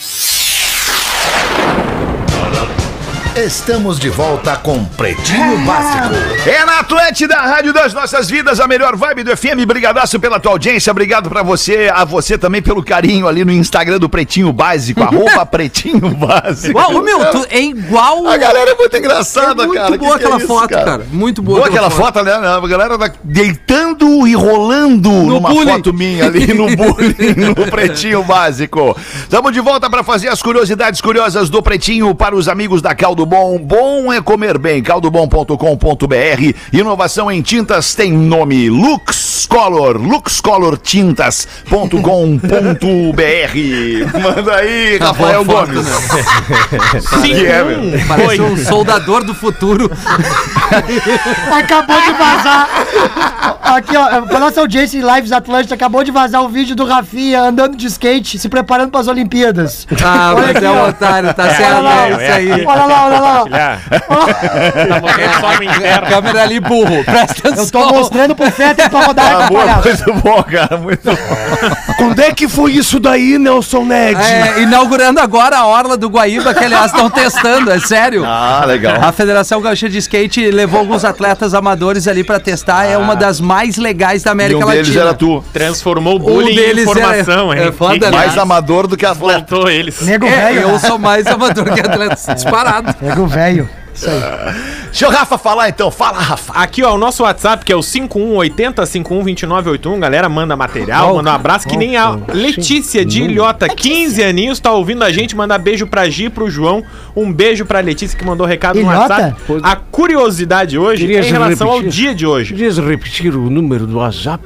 [SPEAKER 2] Estamos de volta com Pretinho Básico.
[SPEAKER 5] É na Atlântida, Rádio das Nossas Vidas, a melhor vibe do F M. Brigadaço pela tua audiência, obrigado pra você, a você também pelo carinho ali no Instagram do Pretinho Básico, arroba Pretinho Básico.
[SPEAKER 4] Uau, ô, meu, tu é igual...
[SPEAKER 5] A galera é muito engraçada,
[SPEAKER 4] É muito
[SPEAKER 5] cara.
[SPEAKER 4] boa
[SPEAKER 5] Que que é
[SPEAKER 4] aquela
[SPEAKER 5] isso,
[SPEAKER 4] foto, cara. Muito boa
[SPEAKER 5] Boa
[SPEAKER 4] aquela
[SPEAKER 5] aquela foto, né? A galera tá deitando e rolando numa
[SPEAKER 4] bullying.
[SPEAKER 5] foto minha ali no bullying, no Pretinho Básico. Estamos de volta para fazer as curiosidades curiosas do Pretinho para os amigos da Caldo Bom. Bom é comer bem. caldo bom ponto com ponto b r. Inovação em tintas tem nome Lux Color. lux color tintas ponto com ponto b r. Manda aí,
[SPEAKER 4] Tá
[SPEAKER 5] Rafael
[SPEAKER 4] boa foto,
[SPEAKER 5] Gomes.
[SPEAKER 4] né?
[SPEAKER 6] Sim,
[SPEAKER 5] Que é, meu?
[SPEAKER 4] Parece um soldador do futuro.
[SPEAKER 7] Acabou de vazar. Aqui, ó, pra nossa audiência em Lives Atlântica, acabou de vazar o vídeo do Rafinha andando de skate, se preparando pras Olimpíadas.
[SPEAKER 4] Ah,
[SPEAKER 7] Olha
[SPEAKER 4] mas
[SPEAKER 7] aqui,
[SPEAKER 4] é um
[SPEAKER 7] ó.
[SPEAKER 4] otário, tá
[SPEAKER 6] É,
[SPEAKER 4] certo,
[SPEAKER 7] olha lá,
[SPEAKER 4] é isso aí.
[SPEAKER 7] Olha lá, olha lá.
[SPEAKER 6] Tá morrendo só no
[SPEAKER 4] A
[SPEAKER 6] interno.
[SPEAKER 4] câmera ali, burro. Presta
[SPEAKER 7] Eu
[SPEAKER 4] atenção.
[SPEAKER 7] tô mostrando pro Fetter pra rodar
[SPEAKER 5] Ah,
[SPEAKER 7] a
[SPEAKER 5] boa,
[SPEAKER 7] palhaça.
[SPEAKER 5] muito bom, cara, muito bom.
[SPEAKER 10] Quando é que foi isso daí, Nelson Ned?
[SPEAKER 4] É, inaugurando agora a Orla do Guaíba, que aliás estão testando, é sério.
[SPEAKER 5] Ah, legal.
[SPEAKER 4] A Federação Gaúcha de Skate levou alguns atletas amadores ali pra testar, é uma das mais legais da
[SPEAKER 5] E
[SPEAKER 4] América
[SPEAKER 5] um deles
[SPEAKER 4] Latina.
[SPEAKER 5] era tu.
[SPEAKER 6] Transformou o
[SPEAKER 4] Um
[SPEAKER 6] bullying em
[SPEAKER 4] deles
[SPEAKER 6] informação,
[SPEAKER 4] era-
[SPEAKER 6] hein?
[SPEAKER 4] é foda,
[SPEAKER 6] Quem
[SPEAKER 4] né?
[SPEAKER 5] Mais amador do que atleta.
[SPEAKER 6] Voltou eles.
[SPEAKER 7] Nego
[SPEAKER 4] É,
[SPEAKER 7] velho.
[SPEAKER 4] eu
[SPEAKER 7] né?
[SPEAKER 4] sou mais amador que atleta disparado.
[SPEAKER 7] Nego velho. Isso aí.
[SPEAKER 5] Deixa o Rafa falar então. Fala, Rafa.
[SPEAKER 6] Aqui, ó, o nosso WhatsApp, que é o cinco um oito zero cinco um dois nove oito um. Galera, manda material, manda um abraço. Que nem a Letícia de Ilhota, quinze aninhos, tá ouvindo a gente. Manda beijo pra Gi e pro João. Um beijo pra Letícia, que mandou recado no
[SPEAKER 7] Ilhota?
[SPEAKER 6] WhatsApp. A curiosidade hoje é
[SPEAKER 10] Querias
[SPEAKER 6] em relação ao
[SPEAKER 10] repetir?
[SPEAKER 6] dia de hoje.
[SPEAKER 10] Podias repetir o número do WhatsApp?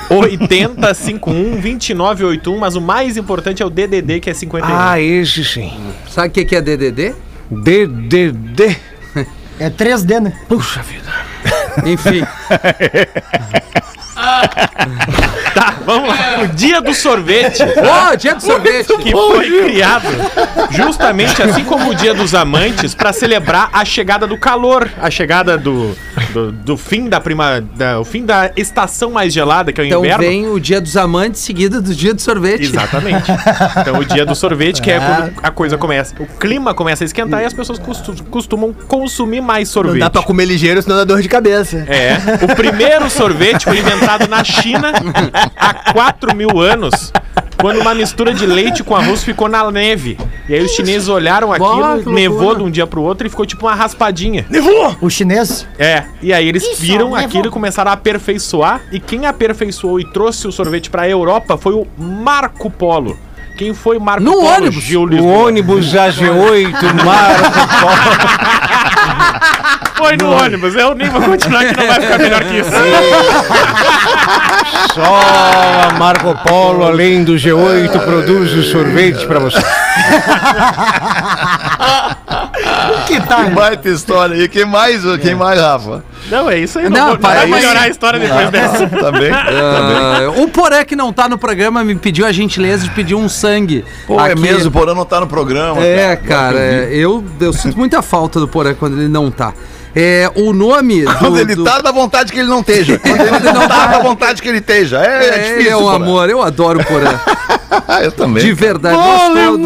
[SPEAKER 6] oitenta, cinquenta e um, vinte e nove, oitenta e um, mas o mais importante é o D D D, que é cinquenta e um.
[SPEAKER 10] Ah, esse sim.
[SPEAKER 4] Sabe o que, que é D D D?
[SPEAKER 10] D D D.
[SPEAKER 7] É três D, né?
[SPEAKER 10] Puxa vida.
[SPEAKER 4] Enfim.
[SPEAKER 6] Tá, vamos lá. O dia do sorvete.
[SPEAKER 4] Ó, oh, dia do sorvete.
[SPEAKER 6] Que foi criado justamente assim como o dia dos amantes para celebrar a chegada do calor, a chegada do, do, do fim da prima, da, o fim da estação mais gelada, que é o
[SPEAKER 4] então
[SPEAKER 6] inverno.
[SPEAKER 4] Então vem o dia dos amantes seguido do dia do sorvete.
[SPEAKER 6] Exatamente. Então o dia do sorvete, que é, é quando a coisa começa, o clima começa a esquentar e as pessoas costumam consumir mais sorvete.
[SPEAKER 9] Não dá pra comer ligeiro, senão dá dor de cabeça.
[SPEAKER 6] É. O primeiro sorvete foi inventado na China há quatro mil anos, quando uma mistura de leite com arroz ficou na neve. E aí os chineses olharam aquilo, Boa, nevou de um dia pro outro e ficou tipo uma raspadinha.
[SPEAKER 7] Nevou! O chinês?
[SPEAKER 6] É. E aí eles
[SPEAKER 7] Isso,
[SPEAKER 6] viram
[SPEAKER 7] nevou.
[SPEAKER 6] aquilo e começaram a aperfeiçoar. E quem aperfeiçoou e trouxe o sorvete pra Europa foi o Marco Polo. Quem foi Marco
[SPEAKER 4] no
[SPEAKER 6] Polo?
[SPEAKER 4] Ônibus.
[SPEAKER 6] Gil
[SPEAKER 10] O
[SPEAKER 6] Lisboa.
[SPEAKER 10] ônibus A G oito, Marco Polo.
[SPEAKER 6] Foi no ônibus. Eu nem vou continuar que não vai ficar melhor que isso.
[SPEAKER 10] Só a Marco Polo, além do G oito, produz o sorvete pra você.
[SPEAKER 5] Que tá, que baita história aí. Quem mais, quem mais, Rafa?
[SPEAKER 6] Não, é isso aí.
[SPEAKER 4] Não,
[SPEAKER 6] Não, vou,
[SPEAKER 4] para
[SPEAKER 6] vai
[SPEAKER 4] aí.
[SPEAKER 6] melhorar a história depois
[SPEAKER 5] Ah,
[SPEAKER 6] dessa.
[SPEAKER 5] tá bem, tá bem.
[SPEAKER 4] Uh, o Porã, que não tá no programa, me pediu a gentileza de pedir um sangue.
[SPEAKER 5] Pô,
[SPEAKER 4] aqui.
[SPEAKER 5] é mesmo, o Porã não tá no programa.
[SPEAKER 4] É, cara, é, eu, eu sinto muita falta do Porã quando ele não tá. É, o nome do,
[SPEAKER 5] Quando ele
[SPEAKER 4] do...
[SPEAKER 5] tá, dá vontade que ele não esteja. Quando ele não tá, dá vontade que ele esteja. É, é,
[SPEAKER 4] É,
[SPEAKER 5] difícil,
[SPEAKER 4] ele é um
[SPEAKER 5] Porã.
[SPEAKER 4] amor, eu adoro o Porã.
[SPEAKER 5] Eu também.
[SPEAKER 4] De verdade, nós todos,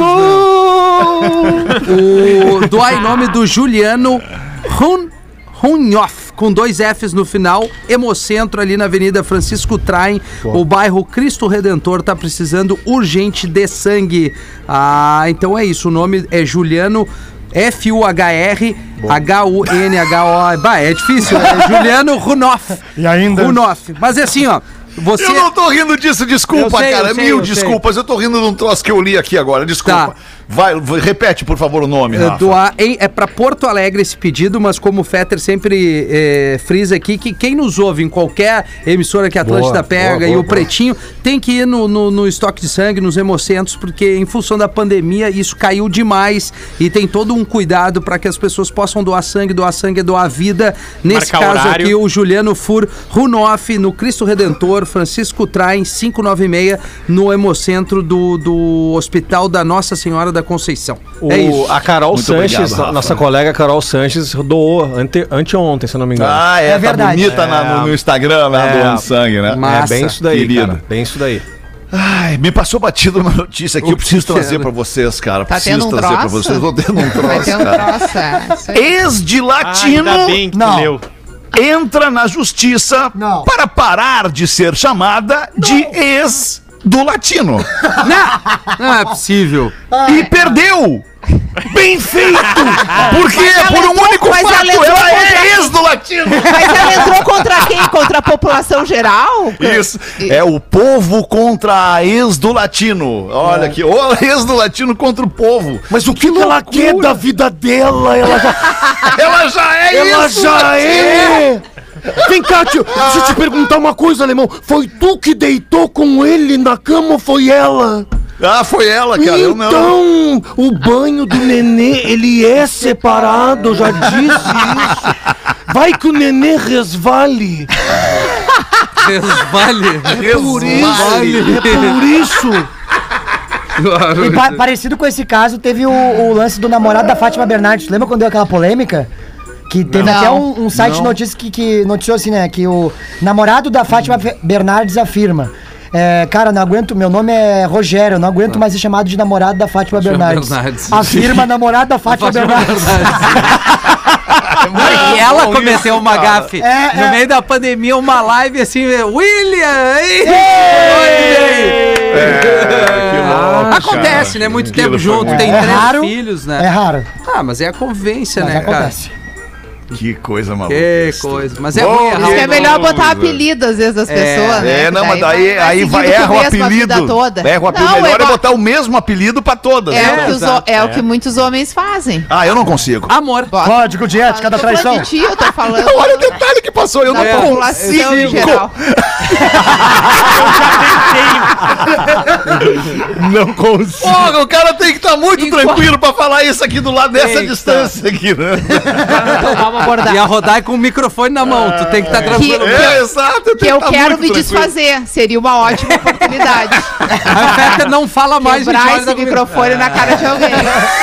[SPEAKER 4] né? O, doar em nome do Juliano Hun, Hunhoff, com dois Fs no final, Hemocentro, ali na Avenida Francisco Traem, o bairro Cristo Redentor tá precisando urgente de sangue. Ah, então é isso, o nome é Juliano F U H R H U N H O. Bah, é difícil, é Juliano Hunhoff.
[SPEAKER 10] E ainda?
[SPEAKER 4] Hunhoff. Mas é assim, ó. Você...
[SPEAKER 5] Eu não tô rindo disso, desculpa,
[SPEAKER 4] Eu sei,
[SPEAKER 5] cara.
[SPEAKER 4] eu sei,
[SPEAKER 5] Mil
[SPEAKER 4] eu sei.
[SPEAKER 5] desculpas. Eu tô rindo de um troço que eu li aqui agora, desculpa.
[SPEAKER 4] Tá.
[SPEAKER 5] Vai, vai, repete, por favor, o nome,
[SPEAKER 4] É,
[SPEAKER 5] Rafa.
[SPEAKER 4] doar em, é para Porto Alegre esse pedido, mas como o Fetter sempre é, frisa aqui, que quem nos ouve em qualquer emissora que a Atlântida
[SPEAKER 10] Boa,
[SPEAKER 4] pega
[SPEAKER 10] boa,
[SPEAKER 4] e
[SPEAKER 10] boa,
[SPEAKER 4] o Pretinho, tem que ir no, no, no estoque de sangue, nos hemocentros, porque em função da pandemia isso caiu demais e tem todo um cuidado para que as pessoas possam doar sangue, doar sangue é doar vida. Nesse
[SPEAKER 6] Marcar
[SPEAKER 4] caso
[SPEAKER 6] horário.
[SPEAKER 4] aqui, o Juliano Fur Runoff, no Cristo Redentor, Francisco Traem, quinhentos e noventa e seis, no hemocentro do, do Hospital da Nossa Senhora da Conceição.
[SPEAKER 9] O,
[SPEAKER 4] é isso.
[SPEAKER 9] A Carol
[SPEAKER 5] Muito
[SPEAKER 9] Sanches,
[SPEAKER 5] obrigado, Rafa.
[SPEAKER 9] nossa colega Carol Sanches, doou ante, anteontem, se eu não me engano.
[SPEAKER 5] Ah, é,
[SPEAKER 7] É
[SPEAKER 5] tá
[SPEAKER 7] verdade.
[SPEAKER 5] bonita na- no, no Instagram lá,
[SPEAKER 9] É.
[SPEAKER 5] doando sangue, né?
[SPEAKER 4] Massa,
[SPEAKER 9] é bem isso daí,
[SPEAKER 5] querida.
[SPEAKER 9] cara. Bem isso daí.
[SPEAKER 5] Ai, me passou batido uma notícia aqui,
[SPEAKER 4] O
[SPEAKER 5] eu preciso
[SPEAKER 4] que
[SPEAKER 5] trazer
[SPEAKER 4] era?
[SPEAKER 5] pra vocês, cara.
[SPEAKER 8] Tá
[SPEAKER 5] preciso
[SPEAKER 8] tendo um
[SPEAKER 5] trazer pra
[SPEAKER 8] troço?
[SPEAKER 5] vocês. Tô tendo um
[SPEAKER 8] Vai
[SPEAKER 5] troço,
[SPEAKER 8] ter um
[SPEAKER 5] cara.
[SPEAKER 8] troço, é. Isso aí.
[SPEAKER 5] Ex de
[SPEAKER 6] Ah,
[SPEAKER 5] latino
[SPEAKER 6] ainda bem que tu
[SPEAKER 7] Não.
[SPEAKER 6] leu.
[SPEAKER 5] entra na justiça
[SPEAKER 7] Não.
[SPEAKER 5] para parar de ser chamada de ex do latino.
[SPEAKER 4] Não é possível.
[SPEAKER 5] E perdeu! Bem feito! Porque
[SPEAKER 8] ela
[SPEAKER 5] por um
[SPEAKER 8] entrou-
[SPEAKER 5] único
[SPEAKER 8] mas
[SPEAKER 5] fato
[SPEAKER 8] ela entrou
[SPEAKER 5] ela é
[SPEAKER 8] contra
[SPEAKER 5] ex do latino!
[SPEAKER 8] Mas ela entrou contra quem? Contra a população geral?
[SPEAKER 5] Isso, é o povo contra a ex do latino. Olha aqui, o ex do latino contra o povo.
[SPEAKER 10] Mas o que, que ela quer da vida dela? Ela já,
[SPEAKER 5] Ela já é
[SPEAKER 10] ela
[SPEAKER 5] ex do
[SPEAKER 10] já
[SPEAKER 5] latino.
[SPEAKER 10] é! Vem cá, tio, deixa eu te perguntar uma coisa, alemão. Foi tu que deitou com ele na cama ou foi ela?
[SPEAKER 5] Ah, foi ela, cara, eu não.
[SPEAKER 10] Então, o banho do nenê, ele é separado, eu já disse isso. Vai que o nenê resvale.
[SPEAKER 4] Resvale.
[SPEAKER 10] É por isso, é por isso.
[SPEAKER 7] E pa- parecido com esse caso, teve o, o lance do namorado da Fátima Bernardes. Lembra quando deu aquela polêmica? Que teve
[SPEAKER 8] Não.
[SPEAKER 7] até um, um site de notícias que, que noticiou assim, né? Que o namorado da Fátima Fe- Bernardes afirma: é, cara, não aguento, meu nome é Rogério, eu não aguento mais ser chamado de namorado da Fátima,
[SPEAKER 4] Fátima
[SPEAKER 7] Bernardes.
[SPEAKER 4] Bernardes.
[SPEAKER 7] Afirma namorado da Fátima, Bernardes.
[SPEAKER 4] E ela cometeu uma gafe.
[SPEAKER 7] É,
[SPEAKER 4] no
[SPEAKER 7] é.
[SPEAKER 4] meio da pandemia, uma live assim, William! Ei!
[SPEAKER 5] que louco,
[SPEAKER 4] Acontece,
[SPEAKER 5] cara.
[SPEAKER 4] né? Muito
[SPEAKER 5] Aquilo
[SPEAKER 4] tempo
[SPEAKER 5] foi
[SPEAKER 4] junto,
[SPEAKER 5] muito
[SPEAKER 4] tem
[SPEAKER 7] É
[SPEAKER 4] três
[SPEAKER 7] raro,
[SPEAKER 4] filhos,
[SPEAKER 7] É
[SPEAKER 4] né?
[SPEAKER 7] raro,
[SPEAKER 4] Ah, mas é a convivência,
[SPEAKER 7] mas
[SPEAKER 4] né,
[SPEAKER 7] acontece.
[SPEAKER 4] cara?
[SPEAKER 5] Que coisa maluca.
[SPEAKER 4] Que
[SPEAKER 5] isso.
[SPEAKER 4] coisa. Mas é
[SPEAKER 5] Bom,
[SPEAKER 4] ruim
[SPEAKER 8] Diz
[SPEAKER 4] errar.
[SPEAKER 8] que é melhor botar
[SPEAKER 5] coisa.
[SPEAKER 8] apelido às vezes das pessoas, né?
[SPEAKER 5] É, não, mas daí
[SPEAKER 8] vai- vai
[SPEAKER 5] aí vai,
[SPEAKER 8] seguindo
[SPEAKER 5] erra
[SPEAKER 8] com
[SPEAKER 5] o
[SPEAKER 8] mesmo a vida
[SPEAKER 5] apelido.
[SPEAKER 8] toda.
[SPEAKER 5] Erra o apelido.
[SPEAKER 8] Não,
[SPEAKER 5] Melhor é
[SPEAKER 8] igual-
[SPEAKER 5] botar o mesmo apelido pra todas.
[SPEAKER 8] É,
[SPEAKER 5] né?
[SPEAKER 8] o que, os, ho-
[SPEAKER 4] exato.
[SPEAKER 8] é o que muitos homens fazem.
[SPEAKER 5] Ah, eu não consigo.
[SPEAKER 4] Amor.
[SPEAKER 8] Bota-
[SPEAKER 7] Código de ética da
[SPEAKER 8] Eu tô falando
[SPEAKER 7] traição.
[SPEAKER 8] de ti, eu tô falando
[SPEAKER 5] Olha o detalhe que passou, eu
[SPEAKER 8] da
[SPEAKER 5] não
[SPEAKER 8] população em
[SPEAKER 5] consigo.
[SPEAKER 8] geral.
[SPEAKER 10] Não consigo.
[SPEAKER 5] Porra, o cara tem que estar muito
[SPEAKER 8] Igual-
[SPEAKER 5] tranquilo pra falar isso aqui do lado dessa
[SPEAKER 4] Eita.
[SPEAKER 5] distância aqui, né?
[SPEAKER 8] Vamos abordar.
[SPEAKER 4] E a Rodai com o microfone na mão. Tu tem que estar tranquilo.
[SPEAKER 8] Que-
[SPEAKER 5] É, exato.
[SPEAKER 8] Que eu
[SPEAKER 5] tenho que tá
[SPEAKER 8] quero
[SPEAKER 5] muito
[SPEAKER 8] me
[SPEAKER 5] tranquilo.
[SPEAKER 8] desfazer. Seria uma ótima oportunidade.
[SPEAKER 4] A Fetter não fala mais, gente.
[SPEAKER 8] Quebrar
[SPEAKER 4] olha
[SPEAKER 8] esse
[SPEAKER 4] da comigo.
[SPEAKER 8] microfone na cara de alguém.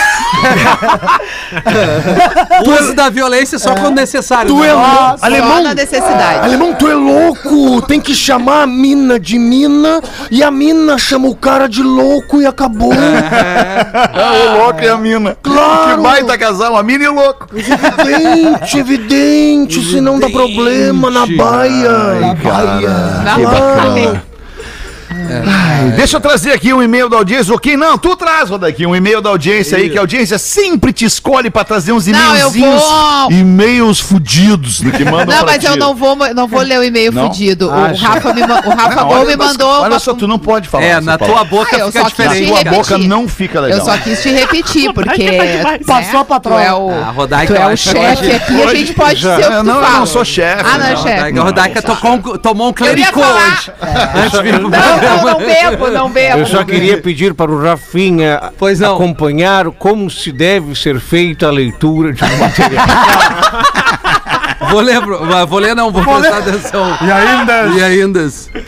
[SPEAKER 4] O uso da violência só quando necessário.
[SPEAKER 10] Tu
[SPEAKER 4] né?
[SPEAKER 10] é louco.
[SPEAKER 8] Só
[SPEAKER 10] Alemão,
[SPEAKER 8] na necessidade.
[SPEAKER 10] alemão, tu é louco. Tem que chamar a mina de mina e a mina chama o cara de louco e acabou.
[SPEAKER 5] Ah, o louco e a mina.
[SPEAKER 10] Claro.
[SPEAKER 5] Que baita casal, a mina e o louco.
[SPEAKER 10] Evidente, evidente, se não dá problema na baia.
[SPEAKER 7] Na Bahia.
[SPEAKER 8] Na-
[SPEAKER 5] Que bacana. Ai, deixa eu trazer aqui um e-mail da audiência. Ok, não, tu traz, Rodaqui, um e-mail da audiência aí, que a audiência sempre te escolhe pra trazer uns
[SPEAKER 8] Não, eu
[SPEAKER 5] e-mailzinhos.
[SPEAKER 8] vou-
[SPEAKER 5] E-mails fudidos do que mandam
[SPEAKER 8] Não,
[SPEAKER 5] pra
[SPEAKER 8] mas
[SPEAKER 5] ti.
[SPEAKER 8] eu não vou, não vou ler o e-mail
[SPEAKER 5] Não?
[SPEAKER 8] fudido. O
[SPEAKER 10] Acha?
[SPEAKER 8] Rafa, me, ma- o Rafa
[SPEAKER 5] Não,
[SPEAKER 8] Gol
[SPEAKER 5] olha,
[SPEAKER 8] me
[SPEAKER 5] mas-
[SPEAKER 8] mandou.
[SPEAKER 5] Olha
[SPEAKER 8] uma-
[SPEAKER 5] só, tu não pode falar.
[SPEAKER 4] É,
[SPEAKER 5] essa
[SPEAKER 4] na
[SPEAKER 5] palavra.
[SPEAKER 4] tua boca
[SPEAKER 8] Ah, eu
[SPEAKER 4] fica
[SPEAKER 8] só quis
[SPEAKER 5] Na
[SPEAKER 4] diferente.
[SPEAKER 8] te
[SPEAKER 5] tua
[SPEAKER 8] repetir.
[SPEAKER 5] boca não fica legal.
[SPEAKER 8] Eu só quis te repetir, porque. né,
[SPEAKER 7] Passou a patroa.
[SPEAKER 8] Tu é o,
[SPEAKER 4] Ah, a Rodaica,
[SPEAKER 8] tu é
[SPEAKER 4] eu
[SPEAKER 8] o
[SPEAKER 4] acho
[SPEAKER 8] chefe
[SPEAKER 4] que
[SPEAKER 8] aqui, a gente pode
[SPEAKER 5] Já-
[SPEAKER 8] ser o que tu
[SPEAKER 5] não, eu
[SPEAKER 8] fala.
[SPEAKER 5] não sou chefe.
[SPEAKER 8] Ah, não é
[SPEAKER 5] não.
[SPEAKER 8] chefe.
[SPEAKER 4] A Rodaica tocou um- tomou um
[SPEAKER 8] Eu ia
[SPEAKER 4] clericô
[SPEAKER 8] falar.
[SPEAKER 4] hoje. Antes de vir pro
[SPEAKER 8] Não,
[SPEAKER 4] programa.
[SPEAKER 8] não, não bebo, não bebo.
[SPEAKER 9] Eu só queria pedir para o Rafinha
[SPEAKER 4] Pois não.
[SPEAKER 9] acompanhar como se deve ser feita a leitura de um material.
[SPEAKER 4] Vou ler, bro- mas vou ler não, vou prestar atenção.
[SPEAKER 5] E ainda.
[SPEAKER 4] E ainda.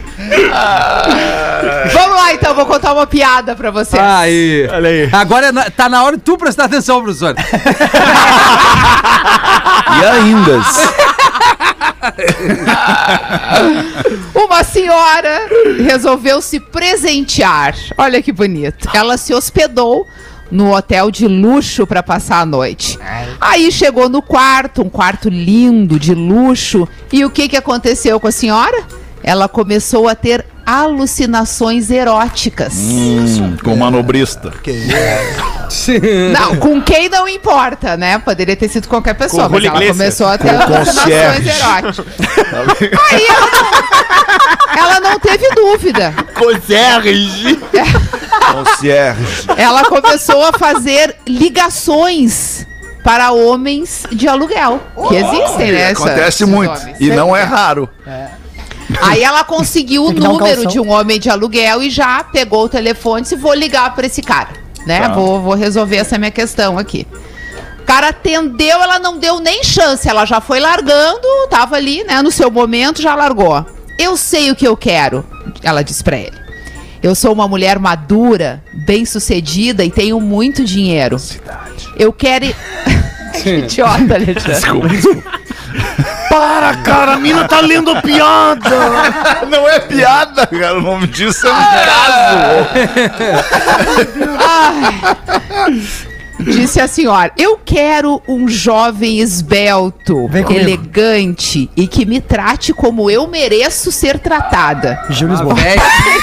[SPEAKER 8] Vamos lá, então, vou contar uma piada pra você.
[SPEAKER 4] Aí.
[SPEAKER 10] Olha aí.
[SPEAKER 4] Agora é na- tá na hora de tu prestar atenção, professor.
[SPEAKER 5] E ainda.
[SPEAKER 8] Uma senhora resolveu se presentear. Olha que bonito. Ela se hospedou no hotel de luxo para passar a noite. Aí chegou no quarto, um quarto lindo, de luxo. E o que, que aconteceu com a senhora? Ela começou a ter alucinações eróticas.
[SPEAKER 5] Hum, com manobrista.
[SPEAKER 8] Não, com quem não importa, né? Poderia ter sido qualquer pessoa,
[SPEAKER 6] Com
[SPEAKER 8] mas ela
[SPEAKER 6] Julio
[SPEAKER 8] começou a ter
[SPEAKER 5] Com
[SPEAKER 8] alucinações
[SPEAKER 5] concierge.
[SPEAKER 8] eróticas. Aí ela não, ela não teve dúvida.
[SPEAKER 10] Concierge.
[SPEAKER 5] Concierge.
[SPEAKER 8] Ela começou a fazer ligações para homens de aluguel, que existem, né? essa-
[SPEAKER 5] Acontece
[SPEAKER 8] esses
[SPEAKER 5] muito.
[SPEAKER 8] homens.
[SPEAKER 5] E não é raro.
[SPEAKER 8] Aí ela conseguiu o
[SPEAKER 7] Tem que dar um
[SPEAKER 8] número
[SPEAKER 7] calção.
[SPEAKER 8] de um homem de aluguel e já pegou o telefone e disse, vou ligar para esse cara, né?
[SPEAKER 5] Tá.
[SPEAKER 8] Vou, vou resolver essa minha questão aqui. O cara atendeu, ela não deu nem chance, ela já foi largando, tava ali, né, no seu momento, já largou. Eu sei o que eu quero, ela disse pra ele. Eu sou uma mulher madura, bem-sucedida e tenho muito dinheiro. Eu quero... ir- Que idiota, Alexandre.
[SPEAKER 5] Desculpa, desculpa.
[SPEAKER 10] Para, cara, a mina tá lendo a piada.
[SPEAKER 5] Não é piada, cara. O nome disso é um caso.
[SPEAKER 8] Disse a senhora, eu quero um jovem esbelto,
[SPEAKER 7] Vem comigo.
[SPEAKER 8] elegante e que me trate como eu mereço ser tratada.
[SPEAKER 7] Gil Lisboa.
[SPEAKER 4] Velho,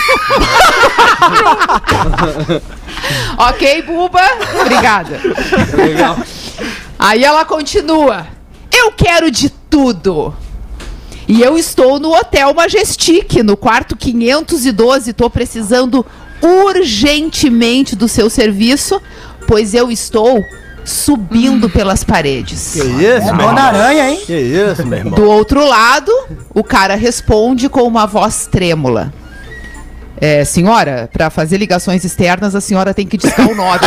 [SPEAKER 8] Ok, Buba? Obrigada.
[SPEAKER 4] legal.
[SPEAKER 8] Aí ela continua. Eu quero de tudo. E eu estou no Hotel Majestic, no quarto quinhentos e doze. Estou precisando urgentemente do seu serviço, pois eu estou subindo pelas paredes.
[SPEAKER 10] Que isso,
[SPEAKER 7] É Dona Aranha, hein?
[SPEAKER 10] Que isso, meu irmão.
[SPEAKER 8] Do outro lado, o cara responde com uma voz trêmula. É, senhora, para fazer ligações externas, a senhora tem que discar o nove.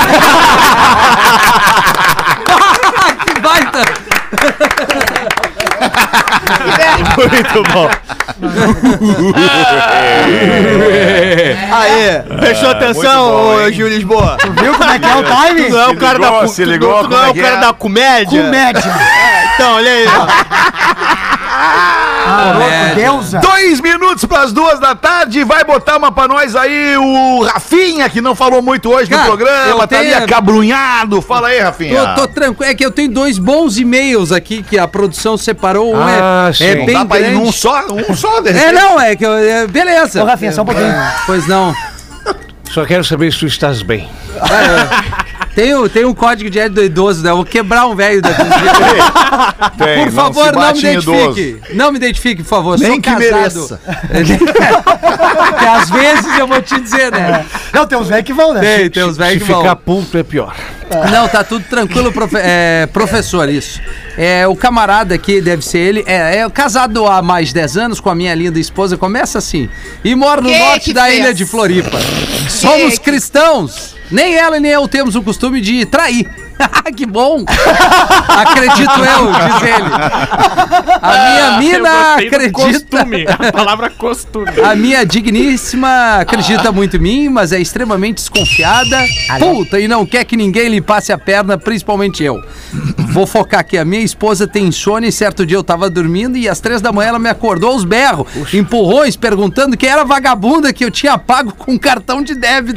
[SPEAKER 4] Que baita!
[SPEAKER 10] Muito bom. Aí, prestou atenção,
[SPEAKER 5] bom,
[SPEAKER 10] ô
[SPEAKER 5] hein?
[SPEAKER 10] Gil Lisboa?
[SPEAKER 7] Viu como é que é o time?
[SPEAKER 10] Tu não é o cara
[SPEAKER 5] ligou,
[SPEAKER 10] da cu-
[SPEAKER 5] se
[SPEAKER 10] tu
[SPEAKER 5] ligou
[SPEAKER 10] não- tu
[SPEAKER 5] como
[SPEAKER 10] não é
[SPEAKER 5] é
[SPEAKER 10] o
[SPEAKER 5] que
[SPEAKER 10] cara
[SPEAKER 5] é?
[SPEAKER 10] da comédia?
[SPEAKER 7] Comédia.
[SPEAKER 10] Então, olha aí.
[SPEAKER 7] Ah,
[SPEAKER 4] Comédia.
[SPEAKER 7] Deusa.
[SPEAKER 5] Dois minutos pras duas da tarde. Vai botar uma pra nós aí o Rafinha, que não falou muito hoje
[SPEAKER 4] Cara,
[SPEAKER 5] no programa.
[SPEAKER 4] eu
[SPEAKER 5] Tá ali
[SPEAKER 4] tenho-
[SPEAKER 5] acabrunhado. Fala aí, Rafinha.
[SPEAKER 4] Tô, tô tranquilo. É que eu tenho dois bons e-mails aqui que a produção separou. Um
[SPEAKER 9] Ah,
[SPEAKER 4] é,
[SPEAKER 9] sim.
[SPEAKER 4] é
[SPEAKER 5] Não
[SPEAKER 4] bem
[SPEAKER 5] dá pra ir
[SPEAKER 4] grande.
[SPEAKER 5] num só? Um só, de
[SPEAKER 4] É,
[SPEAKER 5] repente?
[SPEAKER 4] não, é que eu. é, beleza.
[SPEAKER 7] Ô, Rafinha, só um pouquinho.
[SPEAKER 4] Pois não.
[SPEAKER 9] Só quero saber se tu estás bem.
[SPEAKER 4] Tem, o- tem um código de ética do idoso, né? Eu vou quebrar um velho daqui.
[SPEAKER 5] Tem,
[SPEAKER 4] Por favor,
[SPEAKER 5] se
[SPEAKER 4] não,
[SPEAKER 5] bate
[SPEAKER 4] me
[SPEAKER 5] em
[SPEAKER 4] identifique. Não me identifique, por favor.
[SPEAKER 5] Nem
[SPEAKER 4] Sou
[SPEAKER 5] que
[SPEAKER 4] casado.
[SPEAKER 5] mereça.
[SPEAKER 4] Que às vezes eu vou te dizer, né?
[SPEAKER 7] Não, tem uns velhos que vão, né?
[SPEAKER 4] Tem, tem uns velhos
[SPEAKER 10] Se
[SPEAKER 4] que vão.
[SPEAKER 10] ficar puto é pior.
[SPEAKER 4] Não, tá tudo tranquilo, profe- é, professor, isso. É, o camarada aqui, deve ser ele, é, é casado há mais de dez anos com a minha linda esposa, começa assim, e mora no
[SPEAKER 8] Que
[SPEAKER 4] norte
[SPEAKER 8] que
[SPEAKER 4] da
[SPEAKER 8] fez?
[SPEAKER 4] ilha de Floripa. Somos
[SPEAKER 8] que-
[SPEAKER 4] cristãos, nem ela nem eu temos o costume de trair. Que bom! Acredito eu, diz ele. A minha mina
[SPEAKER 6] Eu gostei do
[SPEAKER 4] acredita...
[SPEAKER 6] costume, a palavra costume.
[SPEAKER 4] A minha digníssima acredita muito em mim, mas é extremamente desconfiada. Puta, e não quer que ninguém lhe passe a perna, principalmente eu. Vou focar aqui. A minha esposa tem insônia e certo dia eu tava dormindo e às três da manhã ela me acordou aos berros, empurrões, perguntando quem era a vagabunda que eu tinha pago com cartão de débito.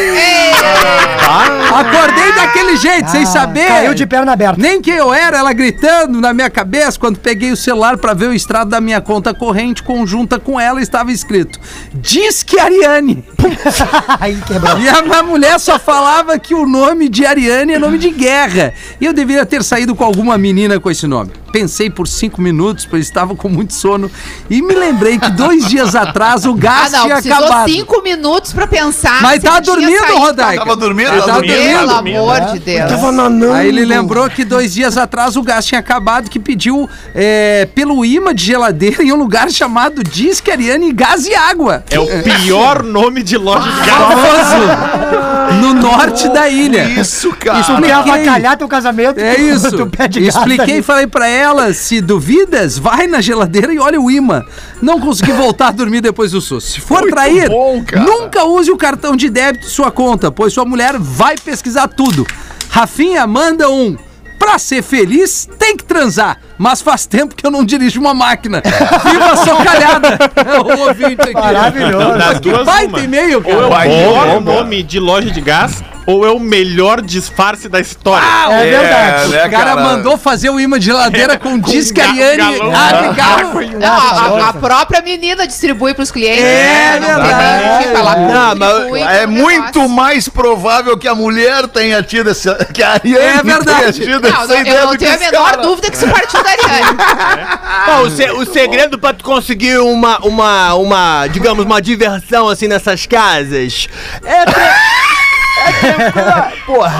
[SPEAKER 4] Acordei daquele jeito, sem saber.
[SPEAKER 7] Caiu de perna aberta.
[SPEAKER 4] Nem quem eu era, ela gritando na minha cabeça quando peguei o celular pra ver o extrato da minha conta corrente conjunta com ela, estava escrito: diz que Ariane.
[SPEAKER 7] Aí quebrou.
[SPEAKER 4] E a minha mulher só falava que o nome de Ariane é nome de guerra. E eu deveria ter saído com alguma menina com esse nome. Pensei por cinco minutos, pois estava com muito sono, e me lembrei que dois dias atrás o
[SPEAKER 8] Ah,
[SPEAKER 4] gás
[SPEAKER 8] não,
[SPEAKER 4] tinha
[SPEAKER 8] precisou
[SPEAKER 4] acabado.
[SPEAKER 8] cinco minutos pra pensar.
[SPEAKER 4] Mas
[SPEAKER 8] se
[SPEAKER 4] tá
[SPEAKER 8] ele tinha
[SPEAKER 4] dormindo,
[SPEAKER 8] saído.
[SPEAKER 4] Rodaica.
[SPEAKER 5] Tava dormindo?
[SPEAKER 4] Ele
[SPEAKER 5] Tava
[SPEAKER 4] tava
[SPEAKER 5] dormindo.
[SPEAKER 8] Pelo
[SPEAKER 4] dormindo.
[SPEAKER 8] amor de Deus.
[SPEAKER 10] Tava nanando.
[SPEAKER 4] Aí ele lembrou que dois dias atrás o gás tinha acabado, que pediu é, pelo imã de geladeira em um lugar chamado Disque Ariane Gás e Água.
[SPEAKER 6] É o pior nome de loja de gás.
[SPEAKER 4] Famoso. No norte da ilha.
[SPEAKER 5] Isso, cara.
[SPEAKER 7] Tu quer
[SPEAKER 4] Expliquei.
[SPEAKER 7] avacalhar teu casamento?
[SPEAKER 4] É
[SPEAKER 7] tu-
[SPEAKER 4] isso.
[SPEAKER 7] Tu pede gás
[SPEAKER 4] Expliquei e
[SPEAKER 7] ali.
[SPEAKER 4] falei pra ela, se duvidas, vai na geladeira e olha o imã. Não consegui voltar a dormir depois do susto. Se for
[SPEAKER 5] Muito
[SPEAKER 4] trair,
[SPEAKER 5] bom, cara.
[SPEAKER 4] nunca use o cartão de débito de sua conta, pois sua mulher vai pesquisar tudo. Rafinha manda um: pra ser feliz, tem que transar. Mas faz tempo que eu não dirijo uma máquina. Viva a socalhada. O ouvinte aqui.
[SPEAKER 7] Maravilhoso.
[SPEAKER 6] Das
[SPEAKER 4] Que
[SPEAKER 6] duas,
[SPEAKER 4] baita
[SPEAKER 6] uma.
[SPEAKER 4] e-mail,
[SPEAKER 6] Ou é o
[SPEAKER 4] cara.
[SPEAKER 6] pior
[SPEAKER 5] bom, bom.
[SPEAKER 6] nome de loja de gás, ou é o melhor disfarce da história.
[SPEAKER 7] É verdade.
[SPEAKER 5] né,
[SPEAKER 4] O cara mandou fazer o imã de geladeira com disque
[SPEAKER 6] ga-
[SPEAKER 4] Ariane.
[SPEAKER 6] galão
[SPEAKER 4] Ah,
[SPEAKER 6] de
[SPEAKER 4] de carro.
[SPEAKER 8] Não, a, a própria menina distribui pros clientes.
[SPEAKER 4] É
[SPEAKER 8] né? Não tem
[SPEAKER 4] verdade.
[SPEAKER 8] nem que falar.
[SPEAKER 5] Não,
[SPEAKER 8] Distribui
[SPEAKER 5] mas é
[SPEAKER 8] com o
[SPEAKER 5] muito
[SPEAKER 8] negócio.
[SPEAKER 5] mais provável que a mulher tenha tido essa. Que a Ariane
[SPEAKER 4] É verdade.
[SPEAKER 5] tenha tido
[SPEAKER 8] Não,
[SPEAKER 5] essa
[SPEAKER 8] não,
[SPEAKER 5] ideia
[SPEAKER 8] eu não
[SPEAKER 5] do
[SPEAKER 8] tenho a
[SPEAKER 5] que esse
[SPEAKER 8] menor
[SPEAKER 5] cara-
[SPEAKER 8] dúvida que isso partiu da Ariane.
[SPEAKER 9] Pô, o, se- o segredo pra tu conseguir uma, uma, uma, digamos, uma diversão assim nessas casas é... Tre... é tranquila- Porra.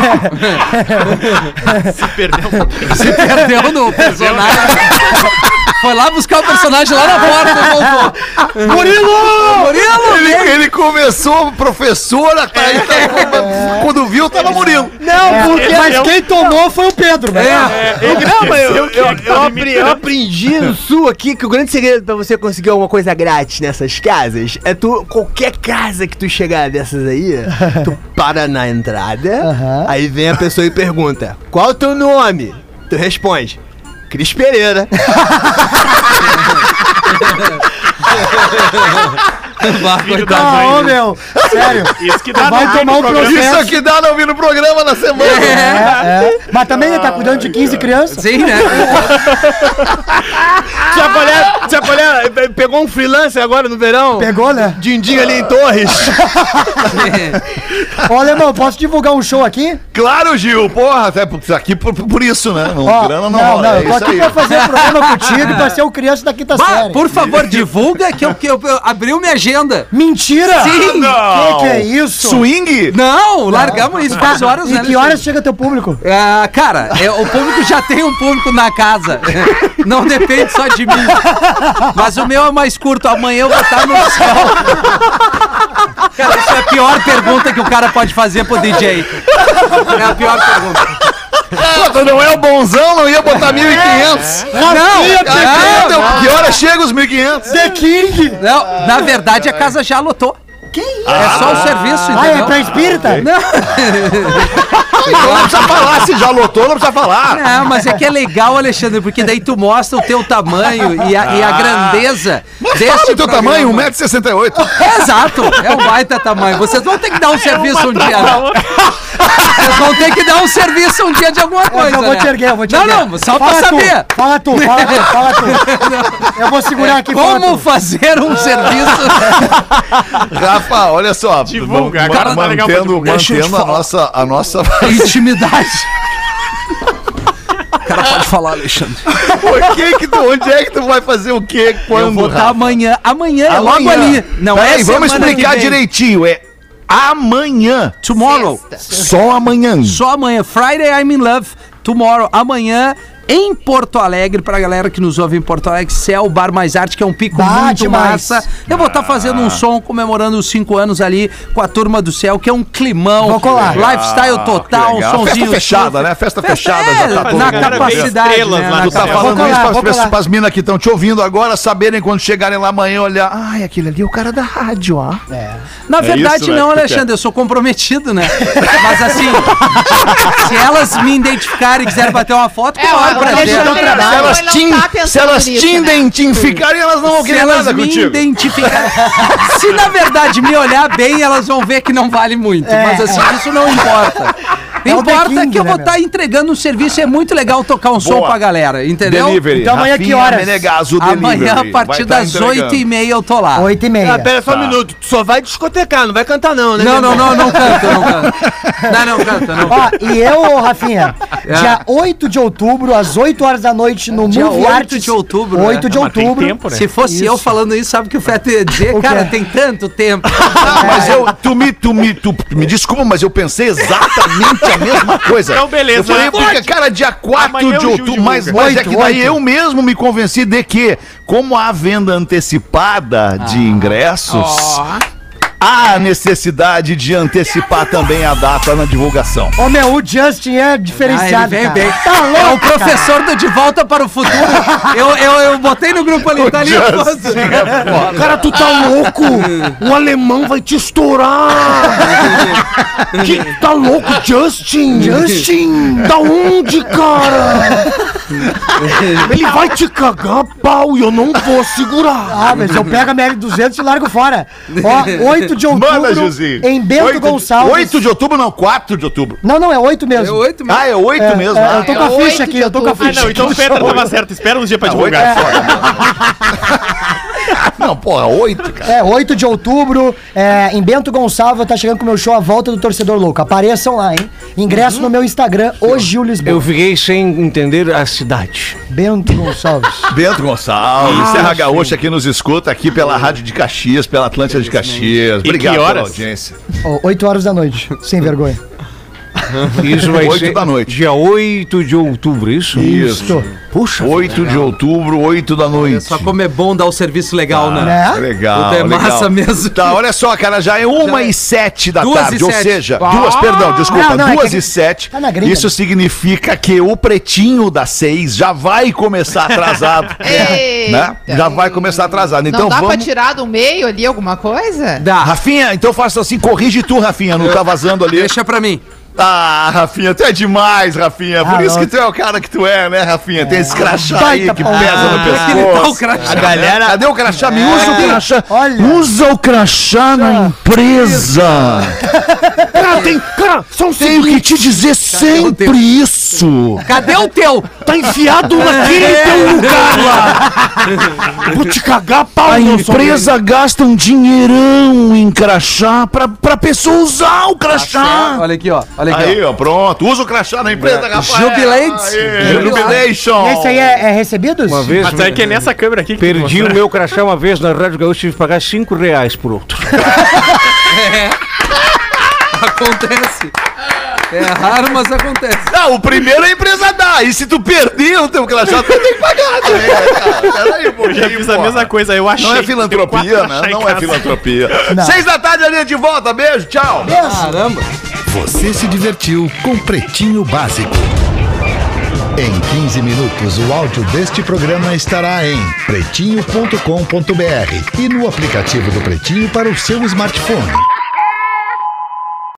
[SPEAKER 6] Se perdeu.
[SPEAKER 4] Se perdeu no personagem. Foi lá buscar o personagem lá na porta e voltou. Murilo! Murilo!
[SPEAKER 5] Ele,
[SPEAKER 4] vem!
[SPEAKER 5] ele começou professora, tá aí, tá, quando viu, tava Murilo.
[SPEAKER 7] Não, porque, mas quem tomou foi o Pedro, né?
[SPEAKER 9] Não, mas eu, eu,
[SPEAKER 6] que ele
[SPEAKER 9] eu,
[SPEAKER 6] tá
[SPEAKER 9] apre-
[SPEAKER 6] imitando.
[SPEAKER 9] eu aprendi no sul aqui que o grande segredo pra você conseguir alguma coisa grátis nessas casas é tu, qualquer casa que tu chegar dessas aí, tu para na entrada,
[SPEAKER 7] Aham.
[SPEAKER 9] aí vem a pessoa e pergunta: qual o teu nome? Tu responde: Cris Pereira.
[SPEAKER 6] Filho da
[SPEAKER 7] Ah,
[SPEAKER 6] mãe.
[SPEAKER 7] ô, meu. Sério.
[SPEAKER 6] Isso que dá
[SPEAKER 7] Vai
[SPEAKER 6] no
[SPEAKER 7] tomar um
[SPEAKER 6] programa.
[SPEAKER 7] processo.
[SPEAKER 5] Isso aqui dá não ouvir no programa na semana.
[SPEAKER 7] É, é. Mas também ele tá cuidando de quinze crianças.
[SPEAKER 4] Sim, né?
[SPEAKER 9] Chapolin, Chapolin pegou um freelancer agora no verão.
[SPEAKER 7] Pegou, né?
[SPEAKER 9] Dindinho ali em Torres.
[SPEAKER 7] Olha, irmão, posso divulgar um show aqui?
[SPEAKER 5] Claro, Gil, porra, até por, aqui por, por isso, né? Não,
[SPEAKER 7] Ó,
[SPEAKER 5] grana
[SPEAKER 7] não,
[SPEAKER 5] não,
[SPEAKER 7] não,
[SPEAKER 5] rola, é
[SPEAKER 7] eu tô
[SPEAKER 5] isso
[SPEAKER 7] aqui
[SPEAKER 5] aí.
[SPEAKER 7] pra fazer um programa contigo e pra ser o criança da quinta
[SPEAKER 4] Bah,
[SPEAKER 7] série.
[SPEAKER 4] por favor, divulga que eu, que eu, eu abriu minha agenda.
[SPEAKER 7] Mentira!
[SPEAKER 4] Sim.
[SPEAKER 5] Não.
[SPEAKER 7] Que que é isso?
[SPEAKER 5] Swing?
[SPEAKER 4] Não, largamos isso faz horas,
[SPEAKER 7] E
[SPEAKER 4] né?
[SPEAKER 7] que horas chega teu público?
[SPEAKER 4] Ah, cara, é, o público já tem um público na casa. Não depende só de mim. Mas o meu é mais curto. Amanhã eu vou estar no céu. Cara, isso é a pior pergunta que o cara pode fazer pro D J. É a pior pergunta.
[SPEAKER 5] Pô, tu não é o bonzão, não ia botar mil e quinhentos.
[SPEAKER 4] Não,
[SPEAKER 5] Ah,
[SPEAKER 4] não,
[SPEAKER 5] então, que hora chega os mil e quinhentos?
[SPEAKER 7] The King!
[SPEAKER 4] não, na verdade a casa já lotou.
[SPEAKER 7] Que isso?
[SPEAKER 4] É só o serviço,
[SPEAKER 7] Ah, é
[SPEAKER 4] entendeu?
[SPEAKER 7] pra espírita?
[SPEAKER 4] Não.
[SPEAKER 5] Então não precisa falar, se já lotou, não precisa falar.
[SPEAKER 4] Não, mas é que é legal, Alexandre, porque daí tu mostra o teu tamanho e a, e a grandeza
[SPEAKER 5] Mas
[SPEAKER 4] desse
[SPEAKER 5] fala o teu
[SPEAKER 4] programa.
[SPEAKER 5] tamanho, um metro e sessenta e oito.
[SPEAKER 4] Exato, é um baita tamanho. Vocês vão ter que dar um serviço um dia. Né? Vocês vão ter que dar um serviço um dia de alguma coisa.
[SPEAKER 7] Eu vou
[SPEAKER 4] né?
[SPEAKER 7] te erguer, eu vou te
[SPEAKER 4] Não,
[SPEAKER 7] erguer.
[SPEAKER 4] não, só
[SPEAKER 7] Fala
[SPEAKER 4] pra
[SPEAKER 7] tu,
[SPEAKER 4] saber.
[SPEAKER 7] Fala tu, fala tu, fala tu. Eu vou segurar aqui, fala
[SPEAKER 4] Como
[SPEAKER 7] tu.
[SPEAKER 4] fazer um serviço?
[SPEAKER 5] Rafa, olha só.
[SPEAKER 6] Divulga,
[SPEAKER 5] vamos-
[SPEAKER 6] agora tá legal pra
[SPEAKER 5] mantendo,
[SPEAKER 6] divulgar.
[SPEAKER 4] Deixa eu te
[SPEAKER 5] mantendo a
[SPEAKER 4] falar.
[SPEAKER 5] nossa, a nossa.
[SPEAKER 4] Intimidade. O cara pode falar, Alexandre.
[SPEAKER 5] Por que que tu, onde é que tu vai fazer o quê?
[SPEAKER 4] Eu
[SPEAKER 5] Quando?
[SPEAKER 4] vou estar
[SPEAKER 5] Rafa?
[SPEAKER 4] amanhã. Amanhã é logo
[SPEAKER 5] Amanhã.
[SPEAKER 4] ali. Não
[SPEAKER 5] Peraí,
[SPEAKER 4] é
[SPEAKER 5] vamos
[SPEAKER 4] semana que
[SPEAKER 5] explicar
[SPEAKER 4] vem.
[SPEAKER 5] direitinho. É amanhã.
[SPEAKER 4] Tomorrow.
[SPEAKER 5] Só amanhã.
[SPEAKER 4] Só amanhã. Friday I'm in love. Tomorrow. Amanhã em Porto Alegre, pra galera que nos ouve em Porto Alegre, Céu Bar Mais Arte, que é um pico
[SPEAKER 7] Bah,
[SPEAKER 4] muito
[SPEAKER 7] demais.
[SPEAKER 4] massa. Eu vou estar fazendo um som comemorando os cinco anos ali com a Turma do Céu, que é um climão.
[SPEAKER 7] Vou colar.
[SPEAKER 4] Lifestyle
[SPEAKER 5] Ah,
[SPEAKER 4] total,
[SPEAKER 5] que
[SPEAKER 4] um
[SPEAKER 5] legal.
[SPEAKER 4] sonzinho.
[SPEAKER 5] Festa fechada,
[SPEAKER 4] super-
[SPEAKER 5] né? Festa
[SPEAKER 4] Festa-
[SPEAKER 5] fechada,
[SPEAKER 4] é,
[SPEAKER 5] já tá todo
[SPEAKER 4] na
[SPEAKER 5] mundo
[SPEAKER 4] capacidade,
[SPEAKER 6] estrelas
[SPEAKER 4] né?
[SPEAKER 6] lá
[SPEAKER 4] Na
[SPEAKER 6] no
[SPEAKER 5] Tu tá
[SPEAKER 6] Vou
[SPEAKER 5] falando
[SPEAKER 7] colar,
[SPEAKER 5] isso
[SPEAKER 7] vou
[SPEAKER 5] para
[SPEAKER 7] colar.
[SPEAKER 5] as minas que estão te ouvindo agora saberem quando chegarem lá amanhã olhar. Ai, aquele ali é o cara da rádio, ó.
[SPEAKER 4] Na verdade,
[SPEAKER 5] isso, né,
[SPEAKER 4] não,
[SPEAKER 5] que tu
[SPEAKER 4] Alexandre, eu sou comprometido, né? Mas assim, se elas me identificarem e quiserem bater uma foto, com
[SPEAKER 8] É,
[SPEAKER 4] o maior
[SPEAKER 8] o
[SPEAKER 4] prazer.
[SPEAKER 8] Alexandre
[SPEAKER 5] Se
[SPEAKER 8] não,
[SPEAKER 5] elas
[SPEAKER 8] ele não
[SPEAKER 5] te,
[SPEAKER 8] tá pensando
[SPEAKER 5] se elas
[SPEAKER 8] nisso,
[SPEAKER 5] te
[SPEAKER 8] né?
[SPEAKER 5] identificarem, elas não vão
[SPEAKER 4] Se
[SPEAKER 5] querer
[SPEAKER 4] elas
[SPEAKER 5] nada
[SPEAKER 4] me
[SPEAKER 5] contigo.
[SPEAKER 4] identificarem. Se na verdade me olhar bem, elas vão ver que não vale muito.
[SPEAKER 7] É,
[SPEAKER 4] Mas assim,
[SPEAKER 7] é.
[SPEAKER 4] isso não importa. O que
[SPEAKER 7] É o
[SPEAKER 4] importa
[SPEAKER 7] The
[SPEAKER 4] é
[SPEAKER 7] King,
[SPEAKER 4] que eu
[SPEAKER 7] né,
[SPEAKER 4] vou
[SPEAKER 7] meu?
[SPEAKER 4] estar entregando um serviço. É muito legal tocar um som
[SPEAKER 5] Boa.
[SPEAKER 4] pra galera, entendeu?
[SPEAKER 5] Delivery.
[SPEAKER 7] Então amanhã que
[SPEAKER 5] Rafinha
[SPEAKER 7] horas?
[SPEAKER 5] Menegaso,
[SPEAKER 4] Amanhã,
[SPEAKER 5] delivery.
[SPEAKER 4] a partir
[SPEAKER 5] Vai tá
[SPEAKER 4] das
[SPEAKER 5] entregando.
[SPEAKER 4] oito e meia, eu tô lá.
[SPEAKER 7] Oito e meia.
[SPEAKER 9] Ah, pera só um minuto. Tu só vai discotecar, não vai cantar não, né?
[SPEAKER 4] Não,
[SPEAKER 9] meu
[SPEAKER 4] não,
[SPEAKER 9] irmão?
[SPEAKER 4] não, não canta, não canta. Não, não canta, não.
[SPEAKER 7] Ó, e eu, Rafinha,
[SPEAKER 4] É.
[SPEAKER 7] dia oito de outubro, às oito horas da noite, no
[SPEAKER 4] Dia
[SPEAKER 7] Movie
[SPEAKER 4] oito
[SPEAKER 7] Arts.
[SPEAKER 4] de outubro, né?
[SPEAKER 7] oito de
[SPEAKER 6] Ah, mas tem
[SPEAKER 7] outubro.
[SPEAKER 6] tempo, né?
[SPEAKER 4] Se fosse eu falando isso, sabe o que o Feta ia dizer?
[SPEAKER 7] O quê?
[SPEAKER 4] Cara, tem tanto tempo.
[SPEAKER 5] Ah, mas eu, tu me, tu me, tu me desculpa, mas eu pensei exatamente a mesma coisa.
[SPEAKER 6] Então, beleza.
[SPEAKER 5] Eu falei, porque, cara, dia quatro
[SPEAKER 6] Amanhã
[SPEAKER 5] de
[SPEAKER 6] o Gil
[SPEAKER 5] outubro,
[SPEAKER 6] divulga.
[SPEAKER 5] mas, mas é
[SPEAKER 7] Oito,
[SPEAKER 5] que daí
[SPEAKER 7] oito.
[SPEAKER 5] eu mesmo me convenci de que, como há venda antecipada de ingressos, há necessidade de antecipar também a data na divulgação.
[SPEAKER 7] Ô, meu, o Justin é
[SPEAKER 4] Ah,
[SPEAKER 7] diferenciado,
[SPEAKER 4] ele vem
[SPEAKER 7] cara.
[SPEAKER 4] bem.
[SPEAKER 7] Tá louco,
[SPEAKER 4] É o
[SPEAKER 7] cara.
[SPEAKER 4] professor do De Volta para o Futuro. Eu, eu, eu botei no grupo ali, tá ali a foto.
[SPEAKER 10] Cara, tu tá louco? O alemão vai te estourar! Que tá louco, Justin? Justin! Da onde, cara? Ele vai te cagar pau e eu não vou segurar!
[SPEAKER 7] Ah, mas eu pego a M L duzentos e largo fora. Ó, oito de outubro,
[SPEAKER 5] Manda, Josinho.
[SPEAKER 7] em Bento
[SPEAKER 5] Oito de-
[SPEAKER 7] Gonçalves.
[SPEAKER 5] oito de outubro, não, quatro de outubro.
[SPEAKER 7] Não, não, é oito
[SPEAKER 4] É
[SPEAKER 7] mesmo.
[SPEAKER 4] oito mesmo.
[SPEAKER 5] Ah, é oito
[SPEAKER 7] É,
[SPEAKER 5] mesmo.
[SPEAKER 7] é,
[SPEAKER 5] ah,
[SPEAKER 7] eu tô
[SPEAKER 5] é
[SPEAKER 7] com a
[SPEAKER 8] oito
[SPEAKER 7] ficha aqui,
[SPEAKER 8] de
[SPEAKER 7] eu tô com a
[SPEAKER 8] outubro.
[SPEAKER 6] Ah,
[SPEAKER 7] ficha.
[SPEAKER 6] não, então o Feta tava certo. Espera uns dias pra
[SPEAKER 5] oito
[SPEAKER 6] divulgar.
[SPEAKER 5] é foda. Não, porra, oito, cara.
[SPEAKER 7] É, oito de outubro, é, em Bento Gonçalves, tá chegando com o meu show A Volta do Torcedor Louco. Apareçam lá, hein? Ingresso no meu Instagram, o Gil Lisboa.
[SPEAKER 9] Eu fiquei sem entender a cidade.
[SPEAKER 7] Bento Gonçalves.
[SPEAKER 5] Bento Gonçalves,
[SPEAKER 6] Ah,
[SPEAKER 5] Serra Gaúcha que nos escuta aqui pela Rádio de Caxias, pela Atlântida de Caxias.
[SPEAKER 6] que
[SPEAKER 5] Obrigado
[SPEAKER 6] horas?
[SPEAKER 5] pela audiência.
[SPEAKER 7] Ó, oito horas da noite, sem vergonha.
[SPEAKER 9] Isso vai
[SPEAKER 5] Oito
[SPEAKER 9] ser
[SPEAKER 5] da noite.
[SPEAKER 9] dia oito de outubro, isso?
[SPEAKER 5] Isso.
[SPEAKER 9] Puxa.
[SPEAKER 5] oito de outubro, oito da noite.
[SPEAKER 4] Só como é bom dar o serviço legal, né?
[SPEAKER 7] Né?
[SPEAKER 5] Legal,
[SPEAKER 4] Puta, é
[SPEAKER 5] legal.
[SPEAKER 4] massa mesmo.
[SPEAKER 5] Tá, olha só, cara, já é uma
[SPEAKER 4] Já é.
[SPEAKER 5] e sete da
[SPEAKER 4] Duas
[SPEAKER 5] tarde,
[SPEAKER 4] e
[SPEAKER 5] ou
[SPEAKER 4] sete.
[SPEAKER 5] seja,
[SPEAKER 4] Ah!
[SPEAKER 5] duas, perdão, desculpa,
[SPEAKER 7] Não, não, é
[SPEAKER 5] duas
[SPEAKER 7] que-
[SPEAKER 5] e sete.
[SPEAKER 7] tá na gringa.
[SPEAKER 5] Isso significa que o pretinho das seis já vai começar atrasado. né?
[SPEAKER 8] Eita.
[SPEAKER 5] Já vai começar atrasado. Então
[SPEAKER 8] Não dá pra
[SPEAKER 5] vamos.
[SPEAKER 8] tirar do meio ali alguma coisa?
[SPEAKER 4] Dá.
[SPEAKER 5] Rafinha, então faça assim, corrige tu, Rafinha, não tá vazando ali.
[SPEAKER 4] Deixa pra mim.
[SPEAKER 5] Ah, Rafinha, tu é demais, Rafinha. Por
[SPEAKER 7] Ah,
[SPEAKER 5] isso que
[SPEAKER 7] louco.
[SPEAKER 5] tu é o cara que tu é, né, Rafinha? Tem esse crachá aí
[SPEAKER 7] Baita
[SPEAKER 5] que
[SPEAKER 7] porra.
[SPEAKER 5] pesa no
[SPEAKER 4] Ah, aquele tal
[SPEAKER 5] pescoço.
[SPEAKER 4] crachá.
[SPEAKER 5] A galera... Cadê o crachá? Me usa o crachá.
[SPEAKER 7] Olha.
[SPEAKER 5] Usa o crachá na empresa.
[SPEAKER 10] Cara, tem. Cara, só um
[SPEAKER 5] Tenho que
[SPEAKER 10] seguinte.
[SPEAKER 5] te dizer sempre isso.
[SPEAKER 4] Cadê o teu?
[SPEAKER 10] Tá enfiado naquele teu lugar lá! Vou te cagar pau,
[SPEAKER 5] A
[SPEAKER 10] meu
[SPEAKER 5] empresa gasta um dinheirão em crachá pra, pra pessoa usar o crachá.
[SPEAKER 4] Olha aqui, ó. Olha aqui,
[SPEAKER 5] Aí, ó, pronto. Usa o crachá na empresa, rapaz.
[SPEAKER 4] Jubilantes.
[SPEAKER 5] Aê,
[SPEAKER 4] Jubilantes.
[SPEAKER 5] Jubilation.
[SPEAKER 7] Esse aí é, é recebidos?
[SPEAKER 9] Uma vez
[SPEAKER 6] Mas é que é nessa câmera aqui que
[SPEAKER 9] perdi
[SPEAKER 6] tu
[SPEAKER 9] o meu crachá uma vez na Rádio Gaúcha, tive que pagar cinco reais por outro.
[SPEAKER 4] Acontece. É raro, mas acontece.
[SPEAKER 5] Não, o primeiro a empresa dá. E se tu perder o teu crachá, tu tem que pagar também, né, cara? Peraí, um
[SPEAKER 6] Eu
[SPEAKER 5] pouquinho,
[SPEAKER 6] já fiz a
[SPEAKER 5] porra.
[SPEAKER 6] mesma coisa, eu achei.
[SPEAKER 5] Não é
[SPEAKER 6] que tem
[SPEAKER 5] filantropia,
[SPEAKER 6] quatro
[SPEAKER 5] né?
[SPEAKER 6] crachá em
[SPEAKER 5] Não é
[SPEAKER 6] casa.
[SPEAKER 5] filantropia.
[SPEAKER 7] Não.
[SPEAKER 5] Seis da tarde, ali de volta. Beijo, tchau.
[SPEAKER 4] Caramba.
[SPEAKER 2] Você se divertiu com Pretinho Básico. Em quinze minutos, o áudio deste programa estará em pretinho ponto com ponto br e no aplicativo do Pretinho para o seu smartphone.